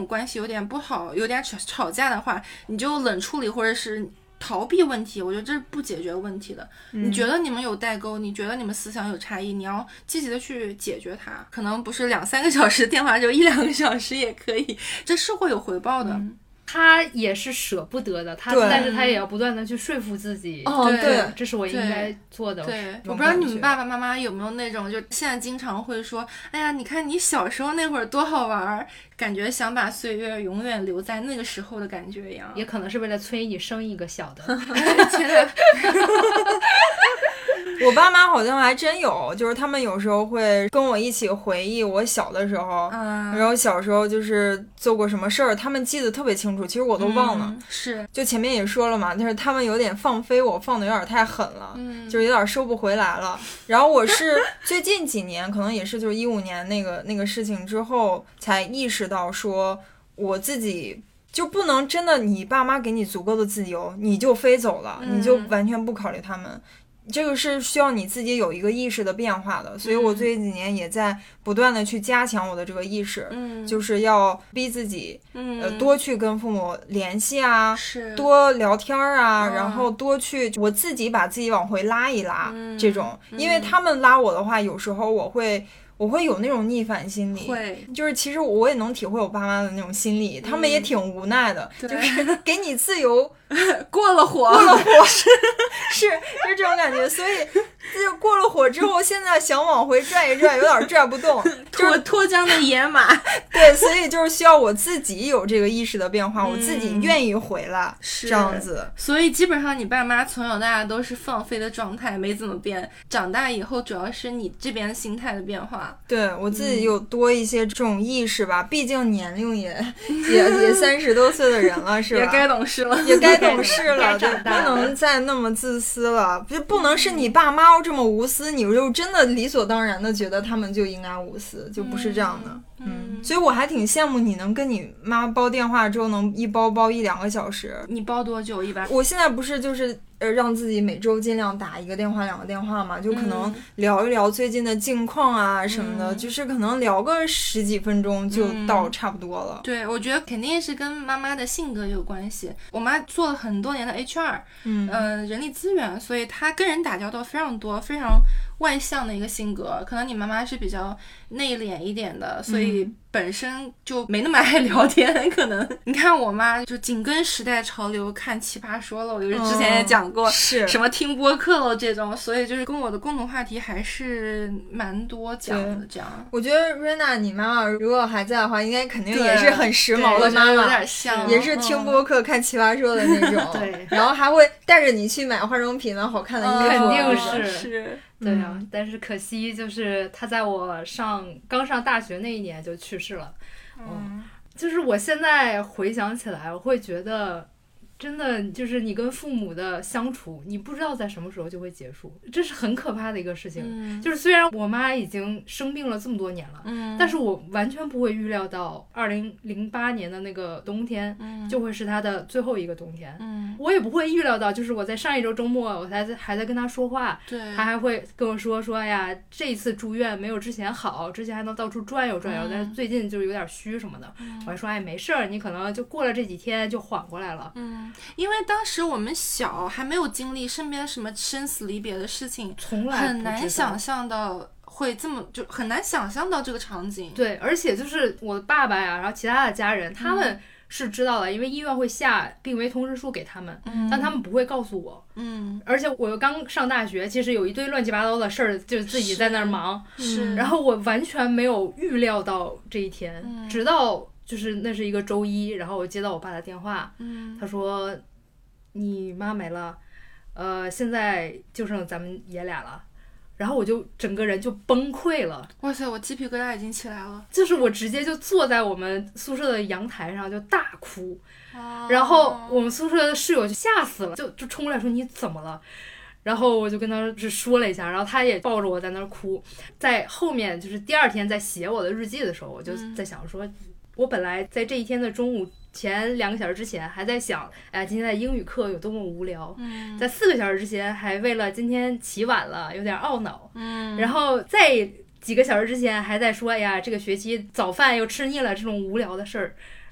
母关系有点不好，有点吵架的话，你就冷处理或者是逃避问题，我觉得这是不解决问题的。你觉得你们有代沟，你觉得你们思想有差异，你要积极的去解决它，可能不是2-3个小时电话，就1-2个小时也可以，这是会有回报的。 他也是舍不得的，但是他也要不断的去说服自己， 对， 这是我应该做的。 对，我不知道你们爸爸妈妈有没有那种，就现在经常会说，哎呀，你看你小时候那会儿多好玩，感觉想把岁月永远留在那个时候的感觉一样。 也可能是为了催你生一个小的。 我爸妈好像还真有，就是他们有时候会跟我一起回忆我小的时候，然后小时候就是做过什么事儿，他们记得特别清楚，其实我都忘了。 是， 就前面也说了嘛，但是他们有点放飞我，放的有点太狠了，就是有点收不回来了。然后我是最近几年，可能也是就是15年那个事情之后，才意识到说我自己就不能真的，你爸妈给你足够的自由，你就飞走了，你就完全不考虑他们。这个是需要你自己有一个意识的变化的，所以我最近几年也在不断的去加强我的这个意识，就是要逼自己，多去跟父母联系啊，多聊天啊，然后多去我自己把自己往回拉一拉，这种，因为他们拉我的话，有时候我会有那种逆反心理，就是其实我也能体会我爸妈的那种心理，他们也挺无奈的，就是给你自由过了火是这种感觉，所以就过了火之后，现在想往回拽一拽，有点拽不动，就是脱缰的野马。 对，所以就是需要我自己有这个意识的变化，我自己愿意回来，这样子。 所以基本上你爸妈从小到大都是放飞的状态，没怎么变。长大以后，主要是你这边心态的变化。 对，我自己有多一些这种意识吧，毕竟年龄也30多岁的人了，是吧？ 也该懂事了， 也该懂事了，就不能再那么自私了，就不能是你爸妈这么无私，你就真的理所当然的觉得他们就应该无私，就不是这样的。所以我还挺羡慕你能跟你妈煲电话之后能一煲1-2个小时。 你煲多久一般？ 我现在不是就是让自己每周尽量打1个电话2个电话嘛，就可能聊一聊最近的近况啊什么的，就是可能聊个10几分钟就到差不多了。 对，我觉得肯定是跟妈妈的性格有关系。我妈做了很多年的 HR，人力资源，所以她跟人打交道非常多，非常外向的一个性格。可能你妈妈是比较内敛一点的，所以本身就没那么爱聊天。可能你看我妈就紧跟时代潮流，看奇葩说了，我就是之前也讲过，是什么听播客了这种，所以就是跟我的共同话题还是蛮多讲的。这样， 我觉得瑞娜你妈妈如果还在的话，应该肯定也是很时髦的妈妈， 有点像， 也是听播客、看奇葩说的那种。 对， 然后还会带着你去买化妆品啊、好看的衣服， 肯定是。 对啊，但是可惜就是他在我刚上大学那一年就去世了。就是我现在回想起来，我会觉得真的就是你跟父母的相处，你不知道在什么时候就会结束，这是很可怕的一个事情。就是虽然我妈已经生病了这么多年了，但是我完全不会预料到2008年的那个冬天就会是她的最后一个冬天。我也不会预料到，就是我在上一周周末我还在跟她说话，她还会跟我说哎呀，这一次住院没有之前好，之前还能到处转悠转悠，但是最近就是有点虚什么的。我还说哎没事儿，你可能就过了这几天就缓过来了。 因为当时我们小，还没有经历身边什么生死离别的事情， 从来很难想象到会这么，就很难想象到这个场景。 对，而且就是我的爸爸呀，然后其他的家人，他们是知道的，因为医院会下病危通知书给他们，但他们不会告诉我。而且我又刚上大学，其实有一堆乱七八糟的事儿，就是自己在那儿忙。然后我完全没有预料到这一天，直到就是那是一个周一，然后我接到我爸的电话，他说你妈没了，现在就剩咱们爷俩了。然后我就整个人就崩溃了。 哇塞，我鸡皮疙瘩已经起来了。 就是我直接就坐在我们宿舍的阳台上就大哭，然后我们宿舍的室友就吓死了，就冲过来说你怎么了？然后我就跟他说了一下，然后他也抱着我在那儿哭。在后面就是第二天在写我的日记的时候，我就在想说，我本来在这一天的中午前2个小时之前还在想，哎，今天的英语课有多么无聊。在4个小时之前还为了今天起晚了有点懊恼。然后在几个小时之前还在说，哎呀，这个学期早饭又吃腻了这种无聊的事儿。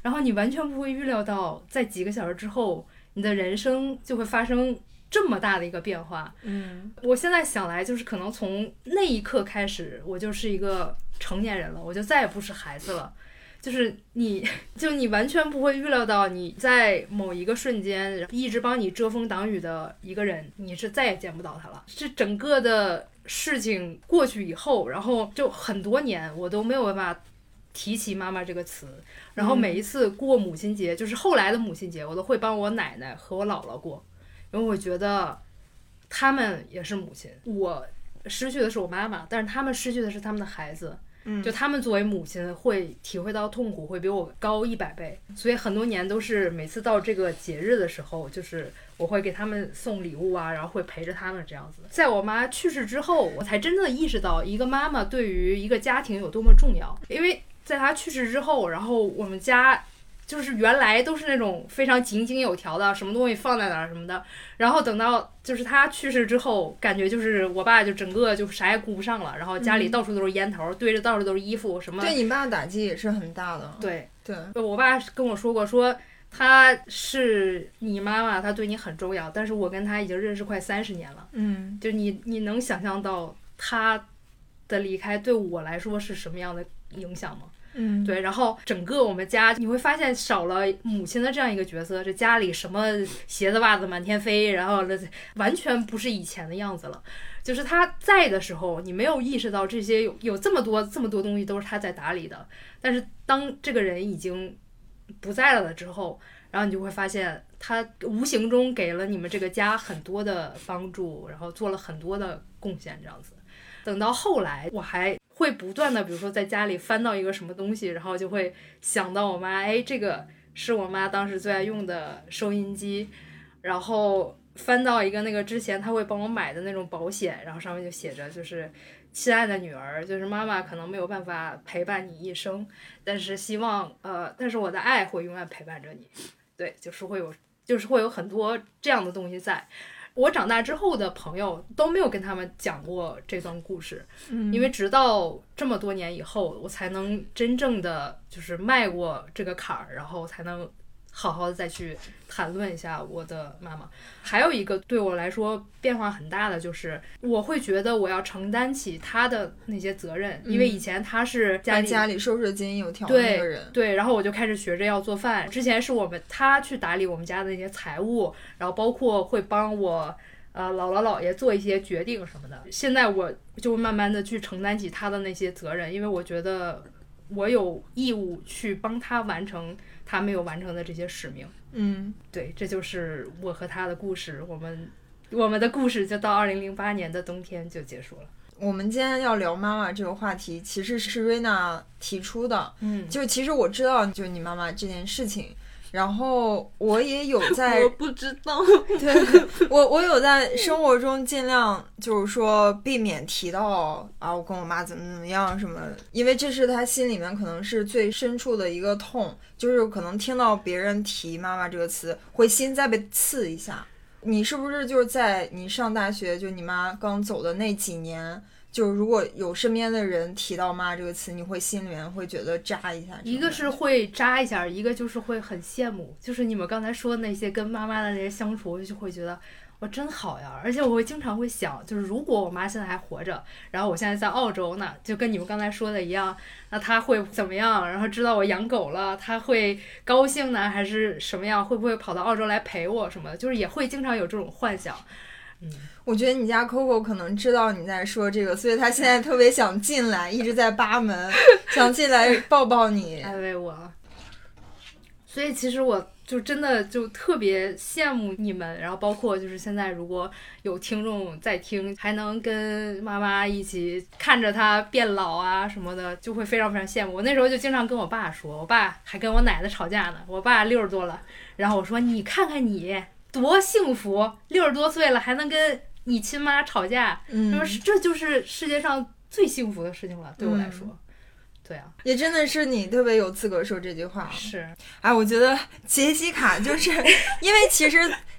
然后你完全不会预料到在几个小时之后你的人生就会发生这么大的一个变化。我现在想来就是可能从那一刻开始我就是一个成年人了，我就再也不是孩子了。就是你完全不会预料到你在某一个瞬间一直帮你遮风挡雨的一个人你是再也见不到他了。这整个的事情过去以后，然后就很多年我都没有办法提起妈妈这个词，然后每一次过母亲节，就是后来的母亲节，我都会帮我奶奶和我姥姥过，因为我觉得他们也是母亲。我失去的是我妈妈，但是他们失去的是他们的孩子，就他们作为母亲会体会到痛苦会比我高100倍，所以很多年都是每次到这个节日的时候，就是我会给他们送礼物啊，然后会陪着他们这样子。在我妈去世之后，我才真正的意识到一个妈妈对于一个家庭有多么重要。因为在她去世之后，然后我们家就是原来都是那种非常井井有条的，什么东西放在哪儿什么的，然后等到就是他去世之后，感觉就是我爸就整个就啥也顾不上了，然后家里到处都是烟头，堆着到处都是衣服什么。 对你爸打击也是很大的。 对对， 我爸跟我说过，说他是你妈妈，他对你很重要，但是我跟他已经认识快30年了。就你能想象到他的离开对我来说是什么样的影响吗？对，然后整个我们家你会发现少了母亲的这样一个角色，这家里什么鞋子袜子满天飞，然后完全不是以前的样子了。就是他在的时候你没有意识到这些有这么多东西都是他在打理的，但是当这个人已经不在了之后，然后你就会发现他无形中给了你们这个家很多的帮助，然后做了很多的贡献这样子。等到后来我还会不断的比如说在家里翻到一个什么东西，然后就会想到我妈，这个是我妈当时最爱用的收音机，然后翻到一个那个之前她会帮我买的那种保险，然后上面就写着就是亲爱的女儿，就是妈妈可能没有办法陪伴你一生，但是希望但是我的爱会永远陪伴着你。对，就是会有很多这样的东西在。我长大之后的朋友都没有跟他们讲过这段故事，因为直到这么多年以后我才能真正的就是迈过这个坎儿，然后才能好好的再去谈论一下我的妈妈。还有一个对我来说变化很大的就是我会觉得我要承担起她的那些责任，因为以前她是家里收拾井井有条的那个人。 对，然后我就开始学着要做饭。之前是她去打理我们家的那些财务，然后包括会帮我姥姥姥爷做一些决定什么的。现在我就慢慢的去承担起她的那些责任，因为我觉得我有义务去帮她完成他没有完成的这些使命。对，这就是我和他的故事。我们的故事就到2008年的冬天就结束了。 我们今天要聊妈妈这个话题其实是瑞娜提出的。就其实我知道就你妈妈这件事情，然后我也有在我不知道。 对，我有在生活中尽量就是说避免提到我跟我妈怎么样什么，因为这是她心里面可能是最深处的一个痛，就是可能听到别人提妈妈这个词会心再被刺一下。你是不是就是在你上大学就你妈刚走的那几年，就如果有身边的人提到妈这个词，你会心里面会觉得扎一下？ 一个是会扎一下，一个就是会很羡慕，就是你们刚才说的那些跟妈妈的那些相处，我就会觉得我真好呀。而且我会经常会想，就是如果我妈现在还活着，然后我现在在澳洲呢，就跟你们刚才说的一样，那她会怎么样？然后知道我养狗了，她会高兴呢还是什么样？会不会跑到澳洲来陪我什么的？就是也会经常有这种幻想。 我觉得你家 Coco 可能知道你在说这个，所以他现在特别想进来，一直在扒门，想进来抱抱你， 安慰我。所以其实我就真的就特别羡慕你们，然后包括就是现在如果有听众在听，还能跟妈妈一起看着她变老啊什么的，就会非常非常羡慕。我那时候就经常跟我爸说，我爸还跟我奶奶吵架呢，我爸60多了，然后我说你看看你多幸福，60多岁了还能跟你亲妈吵架，说这就是世界上最幸福的事情了，对我来说。对啊， 也真的是你特别有资格说这句话。 是， 我觉得杰西卡就是因为其实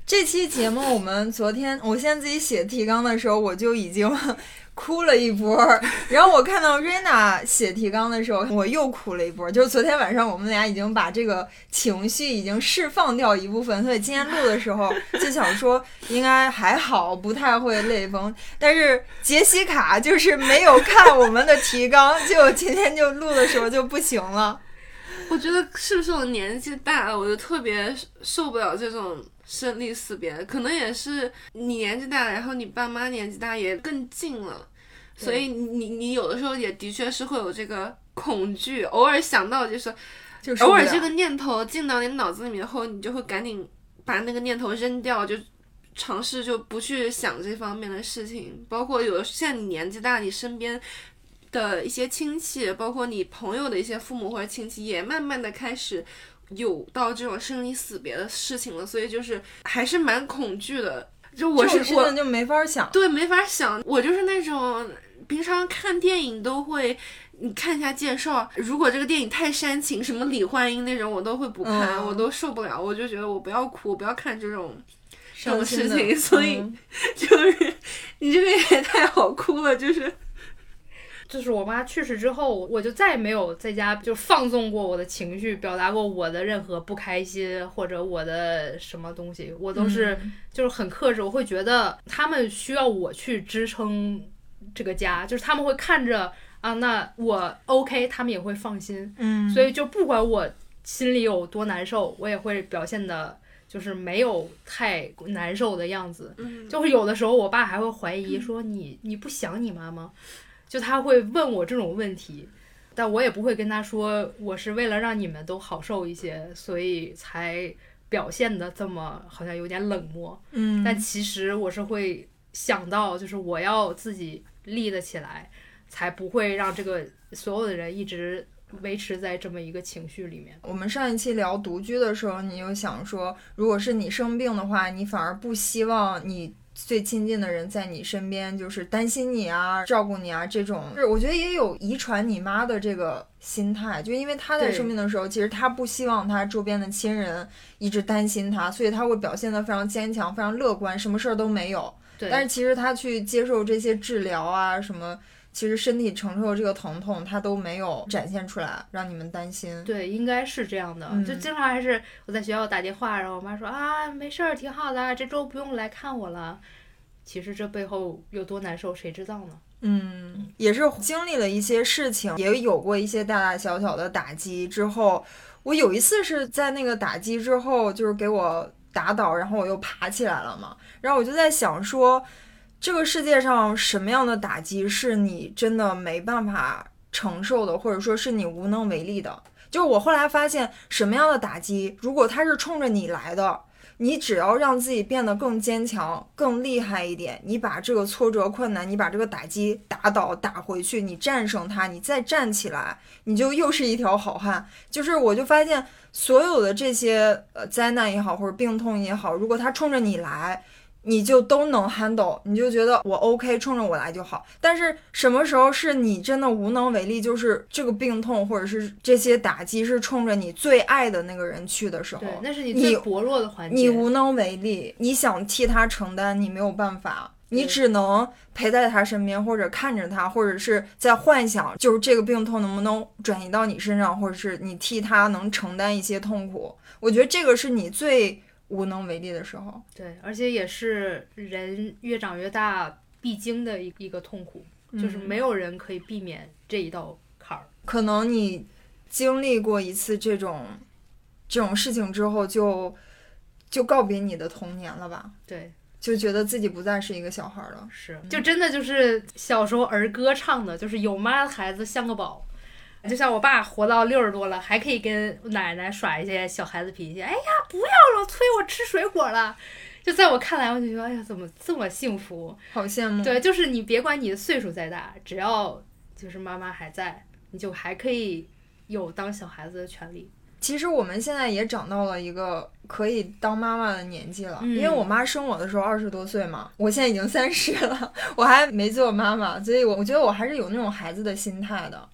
这期节目我们我现在自己写提纲的时候，我就已经哭了一波，然后我看到瑞娜写提纲的时候，我又哭了一波。就是昨天晚上我们俩已经把这个情绪已经释放掉一部分，所以今天录的时候就想说应该还好，不太会泪崩。但是杰西卡就是没有看我们的提纲，就今天就录的时候就不行了。 我觉得是不是我年纪大了，我就特别受不了这种生离死别，可能也是你年纪大了，然后你爸妈年纪大也更近了，所以你有的时候也的确是会有这个恐惧，偶尔想到就是偶尔这个念头进到你脑子里面后，你就会赶紧把那个念头扔掉，就尝试就不去想这方面的事情。包括有的现在你年纪大，你身边的一些亲戚，包括你朋友的一些父母或者亲戚，也慢慢的开始有到这种生离死别的事情了，所以就是还是蛮恐惧的。就我就没法想， 对，没法想。我就是那种平常看电影都会，你看一下介绍，如果这个电影太煽情，什么李焕英那种，我都会不看，我都受不了。我就觉得我不要哭，我不要看这种事情，所以就是你这个也太好哭了， 就是我妈去世之后，我就再也没有在家就放纵过我的情绪，表达过我的任何不开心或者我的什么东西，我都是就是很克制。我会觉得他们需要我去支撑这个家，就是他们会看着啊，那我 OK， 他们也会放心。所以就不管我心里有多难受，我也会表现的就是没有太难受的样子。就是有的时候我爸还会怀疑说你不想你妈吗？就他会问我这种问题，但我也不会跟他说我是为了让你们都好受一些，所以才表现的这么好像有点冷漠。但其实我是会想到，就是我要自己立得起来，才不会让这个所有的人一直维持在这么一个情绪里面。 我们上一期聊独居的时候，你就想说，如果是你生病的话，你反而不希望你最亲近的人在你身边，就是担心你啊，照顾你啊，这种我觉得也有遗传你妈的这个心态，就因为她在生病的时候，其实她不希望她周边的亲人一直担心她，所以她会表现得非常坚强，非常乐观，什么事儿都没有。但是其实她去接受这些治疗啊什么，其实身体承受这个疼痛她都没有展现出来，让你们担心。 对，应该是这样的。就经常还是我在学校打电话，然后我妈说啊没事儿，挺好的，这周不用来看我了。其实这背后有多难受谁知道呢？ 也是经历了一些事情，也有过一些大大小小的打击之后，我有一次是在那个打击之后就是给我打倒，然后我又爬起来了嘛，然后我就在想说，这个世界上什么样的打击是你真的没办法承受的，或者说是你无能为力的。就是我后来发现，什么样的打击如果它是冲着你来的，你只要让自己变得更坚强更厉害一点，你把这个挫折困难，你把这个打击打倒打回去，你战胜它，你再站起来，你就又是一条好汉。就是我就发现所有的这些灾难也好或者病痛也好，如果它冲着你来，你就都能 handle， 你就觉得我 OK， 冲着我来就好。但是什么时候是你真的无能为力，就是这个病痛或者是这些打击是冲着你最爱的那个人去的时候， 对，那是你最薄弱的环节， 你无能为力，你想替他承担，你没有办法，你只能陪在他身边，或者看着他，或者是在幻想就是这个病痛能不能转移到你身上，或者是你替他能承担一些痛苦。我觉得这个是你最无能为力的时候。 对，而且也是人越长越大必经的一个痛苦，就是没有人可以避免这一道坎儿。 可能你经历过一次这种事情之后，就告别你的童年了吧？ 对， 就觉得自己不再是一个小孩了。 是，就真的就是小时候儿歌唱的，就是有妈的孩子像个宝。就像我爸活到60多了，还可以跟奶奶耍一些小孩子脾气。哎呀，不要了，催我吃水果了。就在我看来，我就觉得，哎呀，怎么这么幸福， 好羡慕。 对，就是你别管你的岁数再大，只要就是妈妈还在，你就还可以有当小孩子的权利。 其实我们现在也长到了一个可以当妈妈的年纪了，因为我妈生我的时候20多岁嘛，我现在已经30了，我还没做妈妈，所以我觉得我还是有那种孩子的心态的。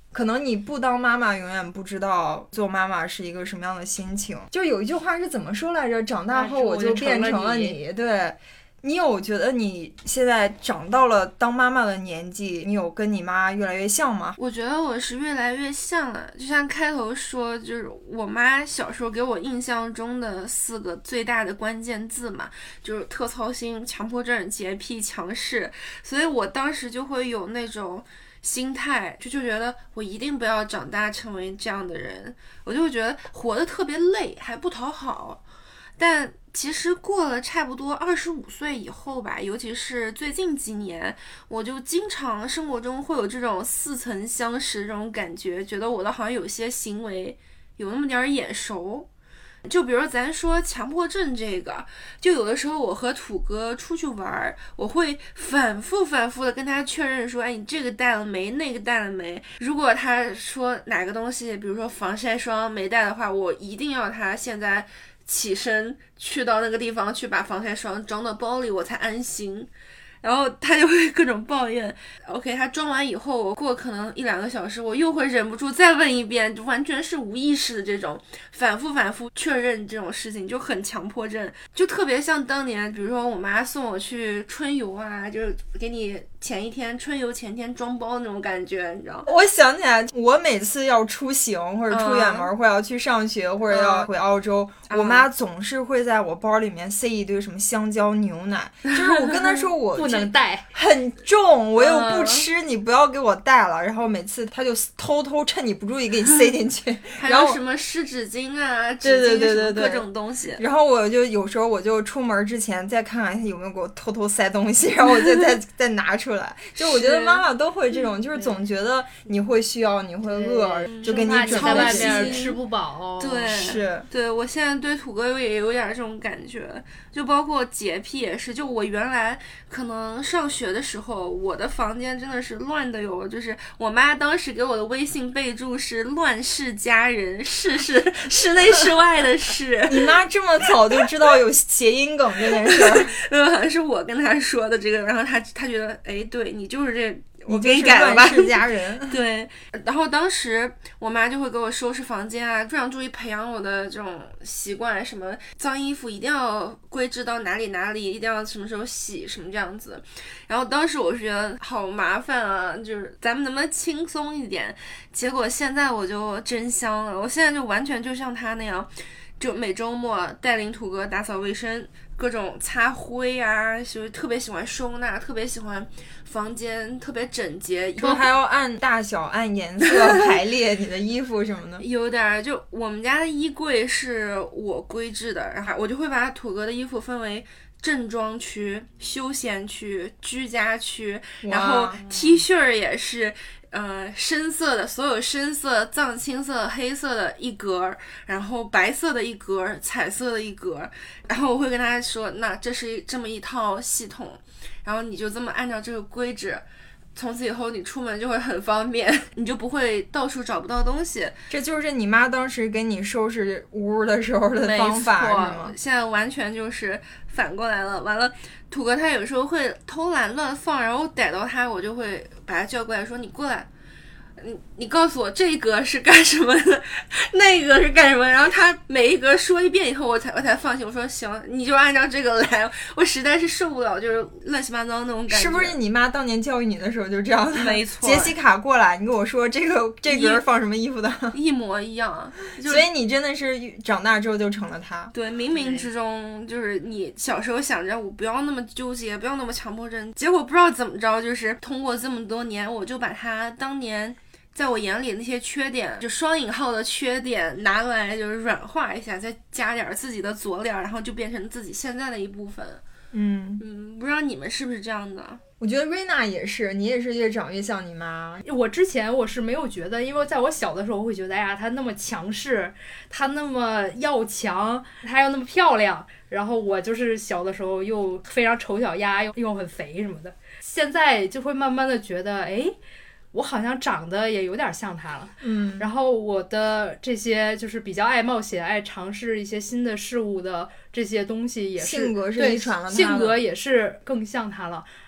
可能你不当妈妈，永远不知道做妈妈是一个什么样的心情。就有一句话是怎么说来着？长大后我就变成了你。对，你有觉得你现在长到了当妈妈的年纪，你有跟你妈越来越像吗？ 我觉得我是越来越像了，就像开头说，就是我妈小时候给我印象中的4个最大的关键字嘛，就是特操心、强迫症、洁癖、强势，所以我当时就会有那种心态，就觉得我一定不要长大成为这样的人，我就会觉得活得特别累，还不讨好。但其实过了差不多25岁以后吧，尤其是最近几年，我就经常生活中会有这种似曾相识这种感觉，觉得我的好像有些行为有那么点眼熟。就比如咱说强迫症这个，就有的时候我和土哥出去玩，我会反复的跟他确认说，哎，你这个带了没，那个带了没。如果他说哪个东西，比如说防晒霜没带的话，我一定要他现在起身去到那个地方去把防晒霜装到包里，我才安心。然后他就会各种抱怨 OK 他装完以后，我过可能1-2个小时，我又会忍不住再问一遍，就完全是无意识的这种反复确认这种事情，就很强迫症。就特别像当年比如说我妈送我去春游啊，就是给你前一天春游前天装包那种感觉，你知道。 我想起来，我每次要出行或者出远门，或者要去上学，或者要回澳洲，我妈总是会在我包里面塞一堆什么香蕉牛奶，就是我跟她说我不能带， 很重，我又不吃，你不要给我带了。然后每次她就偷偷趁你不注意给你塞进去， 还有什么湿纸巾啊，纸巾什么各种东西。 然后我就有时候我就出门之前再看看她有没有给我偷偷塞东西，然后我就再拿出来。就我觉得妈妈都会这种，就是总觉得你会需要，你会饿，就给你准备外面吃不饱。 对， 是， 对，我现在对土哥也有点这种感觉，就包括洁癖也是。就我原来可能上学的时候，我的房间真的是乱的有，就是我妈当时给我的微信备注是乱世佳人，是室内室外的室。 你妈这么早就知道有谐音梗这件事儿？ 好像是我跟她说的这个，然后她觉得，哎，对你就是这。我给你改了吧， 乱世佳人。 对，然后当时我妈就会给我收拾房间啊，非常注意培养我的这种习惯，什么脏衣服一定要归置到哪里，一定要什么时候洗，什么这样子。然后当时我是觉得好麻烦啊，就是咱们能不能轻松一点？结果现在我就真香了，我现在就完全就像她那样，就每周末带领土哥打扫卫生。各种擦灰啊，就特别喜欢收纳，特别喜欢房间特别整洁， 说还要按大小按颜色排列你的衣服什么的。 有点，就我们家的衣柜是我规制的，然后我就会把土哥的衣服分为正装区、休闲区、居家区，然后 T 恤也是深色的，所有深色、藏青色、黑色的一格，然后白色的一格，彩色的一格，然后我会跟他说，那这是这么一套系统，然后你就这么按照这个规制，从此以后你出门就会很方便，你就不会到处找不到东西。 这就是你妈当时给你收拾屋的时候的方法是吗？ 现在完全就是反过来了。完了，土哥他有时候会偷懒乱放，然后逮到他，我就会把他叫过来说，你过来，你告诉我这一格是干什么的，那一格是干什么，然后他每一格说一遍以后我才放心，我说行，你就按照这个来，我实在是受不了就是乱七八糟那种感觉。 是不是你妈当年教育你的时候就这样的？ 没错， 杰西卡过来，你跟我说这格放什么衣服的， 一模一样。 所以你真的是长大之后就成了他。 对，冥冥之中就是你小时候想着我不要那么纠结，不要那么强迫症，结果不知道怎么着，就是通过这么多年，我就把他当年在我眼里那些缺点，就双引号的缺点拿来就是软化一下，再加点自己的佐料，然后就变成自己现在的一部分。不知道你们是不是这样的？ 我觉得瑞娜也是，你也是越长越像你妈。 我之前我是没有觉得，因为在我小的时候我会觉得，哎呀，她那么强势，她那么要强，她又那么漂亮，然后我就是小的时候又非常丑小鸭，又很肥什么的。现在就会慢慢的觉得，哎，我好像长得也有点像他了，然后我的这些就是比较爱冒险、爱尝试一些新的事物的这些东西也是性格是遗传了他的， 性格也是更像他了。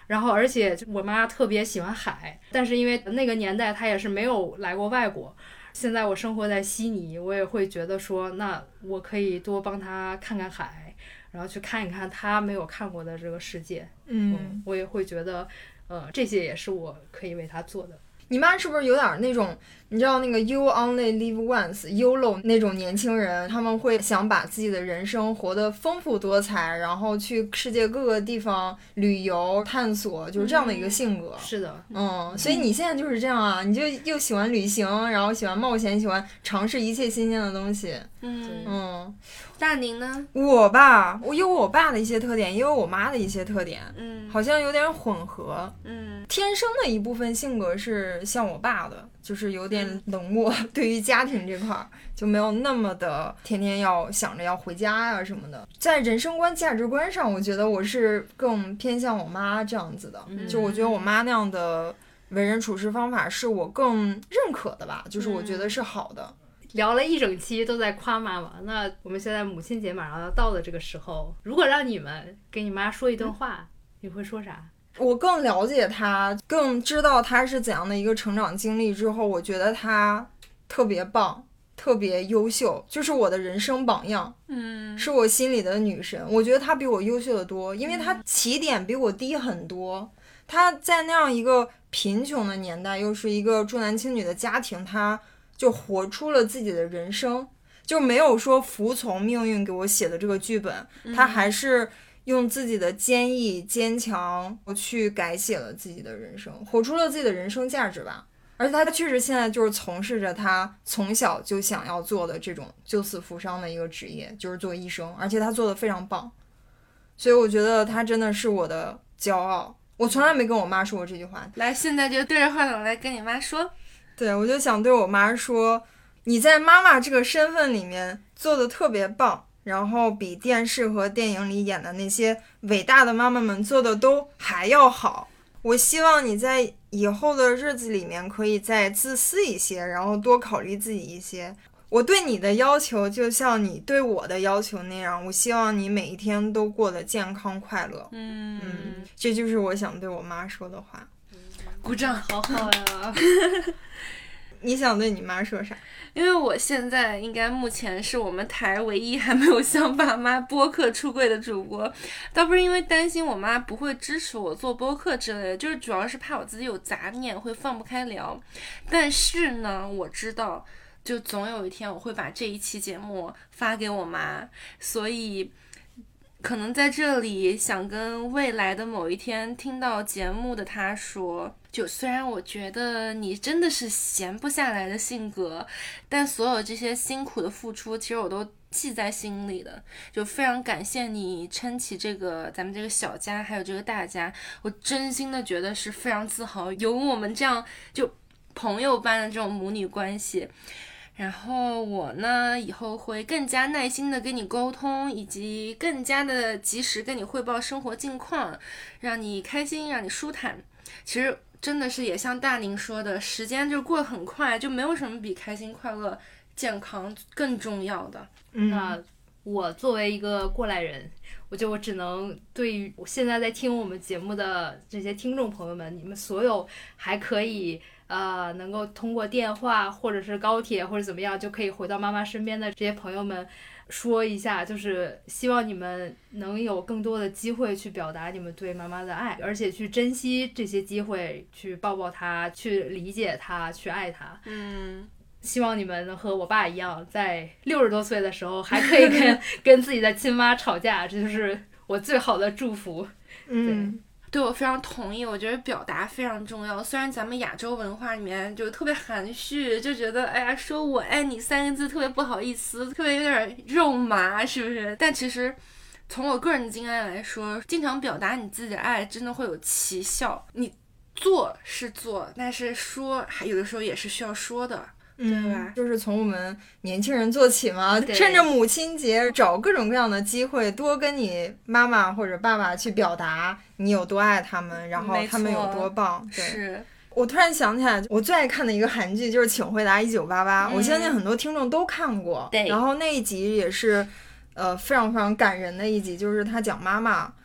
然后而且我妈特别喜欢海，但是因为那个年代她也是没有来过外国，现在我生活在悉尼，我也会觉得说那我可以多帮她看看海，然后去看一看她没有看过的这个世界。我也会觉得这些也是我可以为她做的。 你妈是不是有点那种，你知道那个 You Only Live Once YOLO 那种年轻人，他们会想把自己的人生活得丰富多彩，然后去世界各个地方旅游探索，就是这样的一个性格。 是的， 所以你现在就是这样啊，你就又喜欢旅行，然后喜欢冒险，喜欢尝试一切新鲜的东西。 大宁呢？ 我吧，我有我爸的一些特点，也有我妈的一些特点，好像有点混合。天生的一部分性格是像我爸的，就是有点冷漠，对于家庭这块就没有那么的天天要想着要回家呀什么的。在人生观价值观上，我觉得我是更偏向我妈这样子的，就我觉得我妈那样的为人处事方法是我更认可的吧，就是我觉得是好的。 聊了一整期都在夸妈妈，那我们现在母亲节马上要到的这个时候，如果让你们给你妈说一段话，你会说啥？ 我更了解她，更知道她是怎样的一个成长经历之后，我觉得她特别棒，特别优秀，就是我的人生榜样。是我心里的女神。我觉得她比我优秀的多，因为她起点比我低很多。她在那样一个贫穷的年代，又是一个重男轻女的家庭，她就活出了自己的人生，就没有说服从命运给我写的这个剧本，他还是用自己的坚毅坚强去改写了自己的人生，活出了自己的人生价值吧。而且他确实现在就是从事着他从小就想要做的这种救死扶伤的一个职业，就是做医生，而且他做的非常棒，所以我觉得他真的是我的骄傲。我从来没跟我妈说过这句话， 来，现在就对着话筒来跟你妈说。 对，我就想对我妈说，你在妈妈这个身份里面做的特别棒，然后比电视和电影里演的那些伟大的妈妈们做的都还要好。我希望你在以后的日子里面可以再自私一些，然后多考虑自己一些。我对你的要求就像你对我的要求那样，我希望你每一天都过得健康快乐。这就是我想对我妈说的话。 鼓掌， 好好呀。 你想对你妈说啥？ 因为我现在应该目前是我们台唯一还没有向爸妈播客出柜的主播，倒不是因为担心我妈不会支持我做播客之类的，就是主要是怕我自己有杂念会放不开聊。但是呢，我知道就总有一天我会把这一期节目发给我妈，所以可能在这里想跟未来的某一天听到节目的她说，就虽然我觉得你真的是闲不下来的性格，但所有这些辛苦的付出其实我都记在心里的，就非常感谢你撑起这个咱们这个小家还有这个大家，我真心的觉得是非常自豪有我们这样就朋友般的这种母女关系。然后我呢，以后会更加耐心的跟你沟通，以及更加的及时跟你汇报生活近况，让你开心，让你舒坦。其实真的是也像大宁说的，时间就过得很快，就没有什么比开心、快乐、健康更重要的。 那我作为一个过来人，我只能对于现在在听我们节目的这些听众朋友们，你们所有还可以能够通过电话或者是高铁或者怎么样就可以回到妈妈身边的这些朋友们说一下，就是希望你们能有更多的机会去表达你们对妈妈的爱，而且去珍惜这些机会，去抱抱她，去理解她，去爱她。希望你们能和我爸一样，在60多岁的时候还可以跟自己的亲妈吵架，这就是我最好的祝福。 对，我非常同意，我觉得表达非常重要。虽然咱们亚洲文化里面就特别含蓄，就觉得哎呀说我爱你3个字特别不好意思，特别有点肉麻，是不是？但其实从我个人的经验来说，经常表达你自己的爱真的会有奇效。你做是做，但是说还有的时候也是需要说的，对吧？ 就是从我们年轻人做起嘛，趁着母亲节找各种各样的机会，多跟你妈妈或者爸爸去表达你有多爱他们，然后他们有多棒。对， 是。 我突然想起来，我最爱看的一个韩剧就是《请回答1988》，我相信很多听众都看过。 对。 然后那一集也是非常非常感人的一集，就是他讲妈妈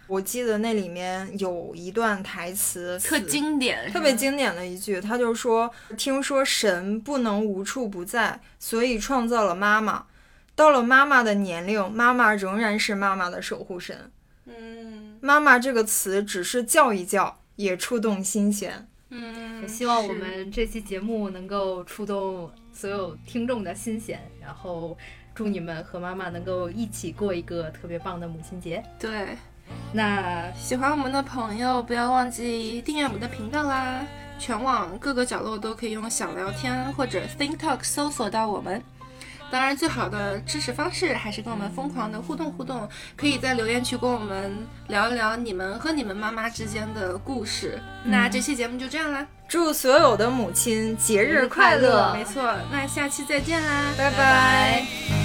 我记得那里面有一段台词特经典， 特别经典的一句，他就说，听说神不能无处不在，所以创造了妈妈，到了妈妈的年龄，妈妈仍然是妈妈的守护神。妈妈这个词只是叫一叫也触动心弦。 希望我们这期节目能够触动所有听众的心弦，然后祝你们和妈妈能够一起过一个特别棒的母亲节。 对， 那喜欢我们的朋友不要忘记订阅我们的频道啦，全网各个角落都可以用小聊天或者 Think Talk 搜索到我们。当然最好的支持方式还是跟我们疯狂的互动，可以在留言区跟我们聊一聊你们和你们妈妈之间的故事。那这期节目就这样啦， 祝所有的母亲节日快乐。 没错，那下期再见啦， 拜拜。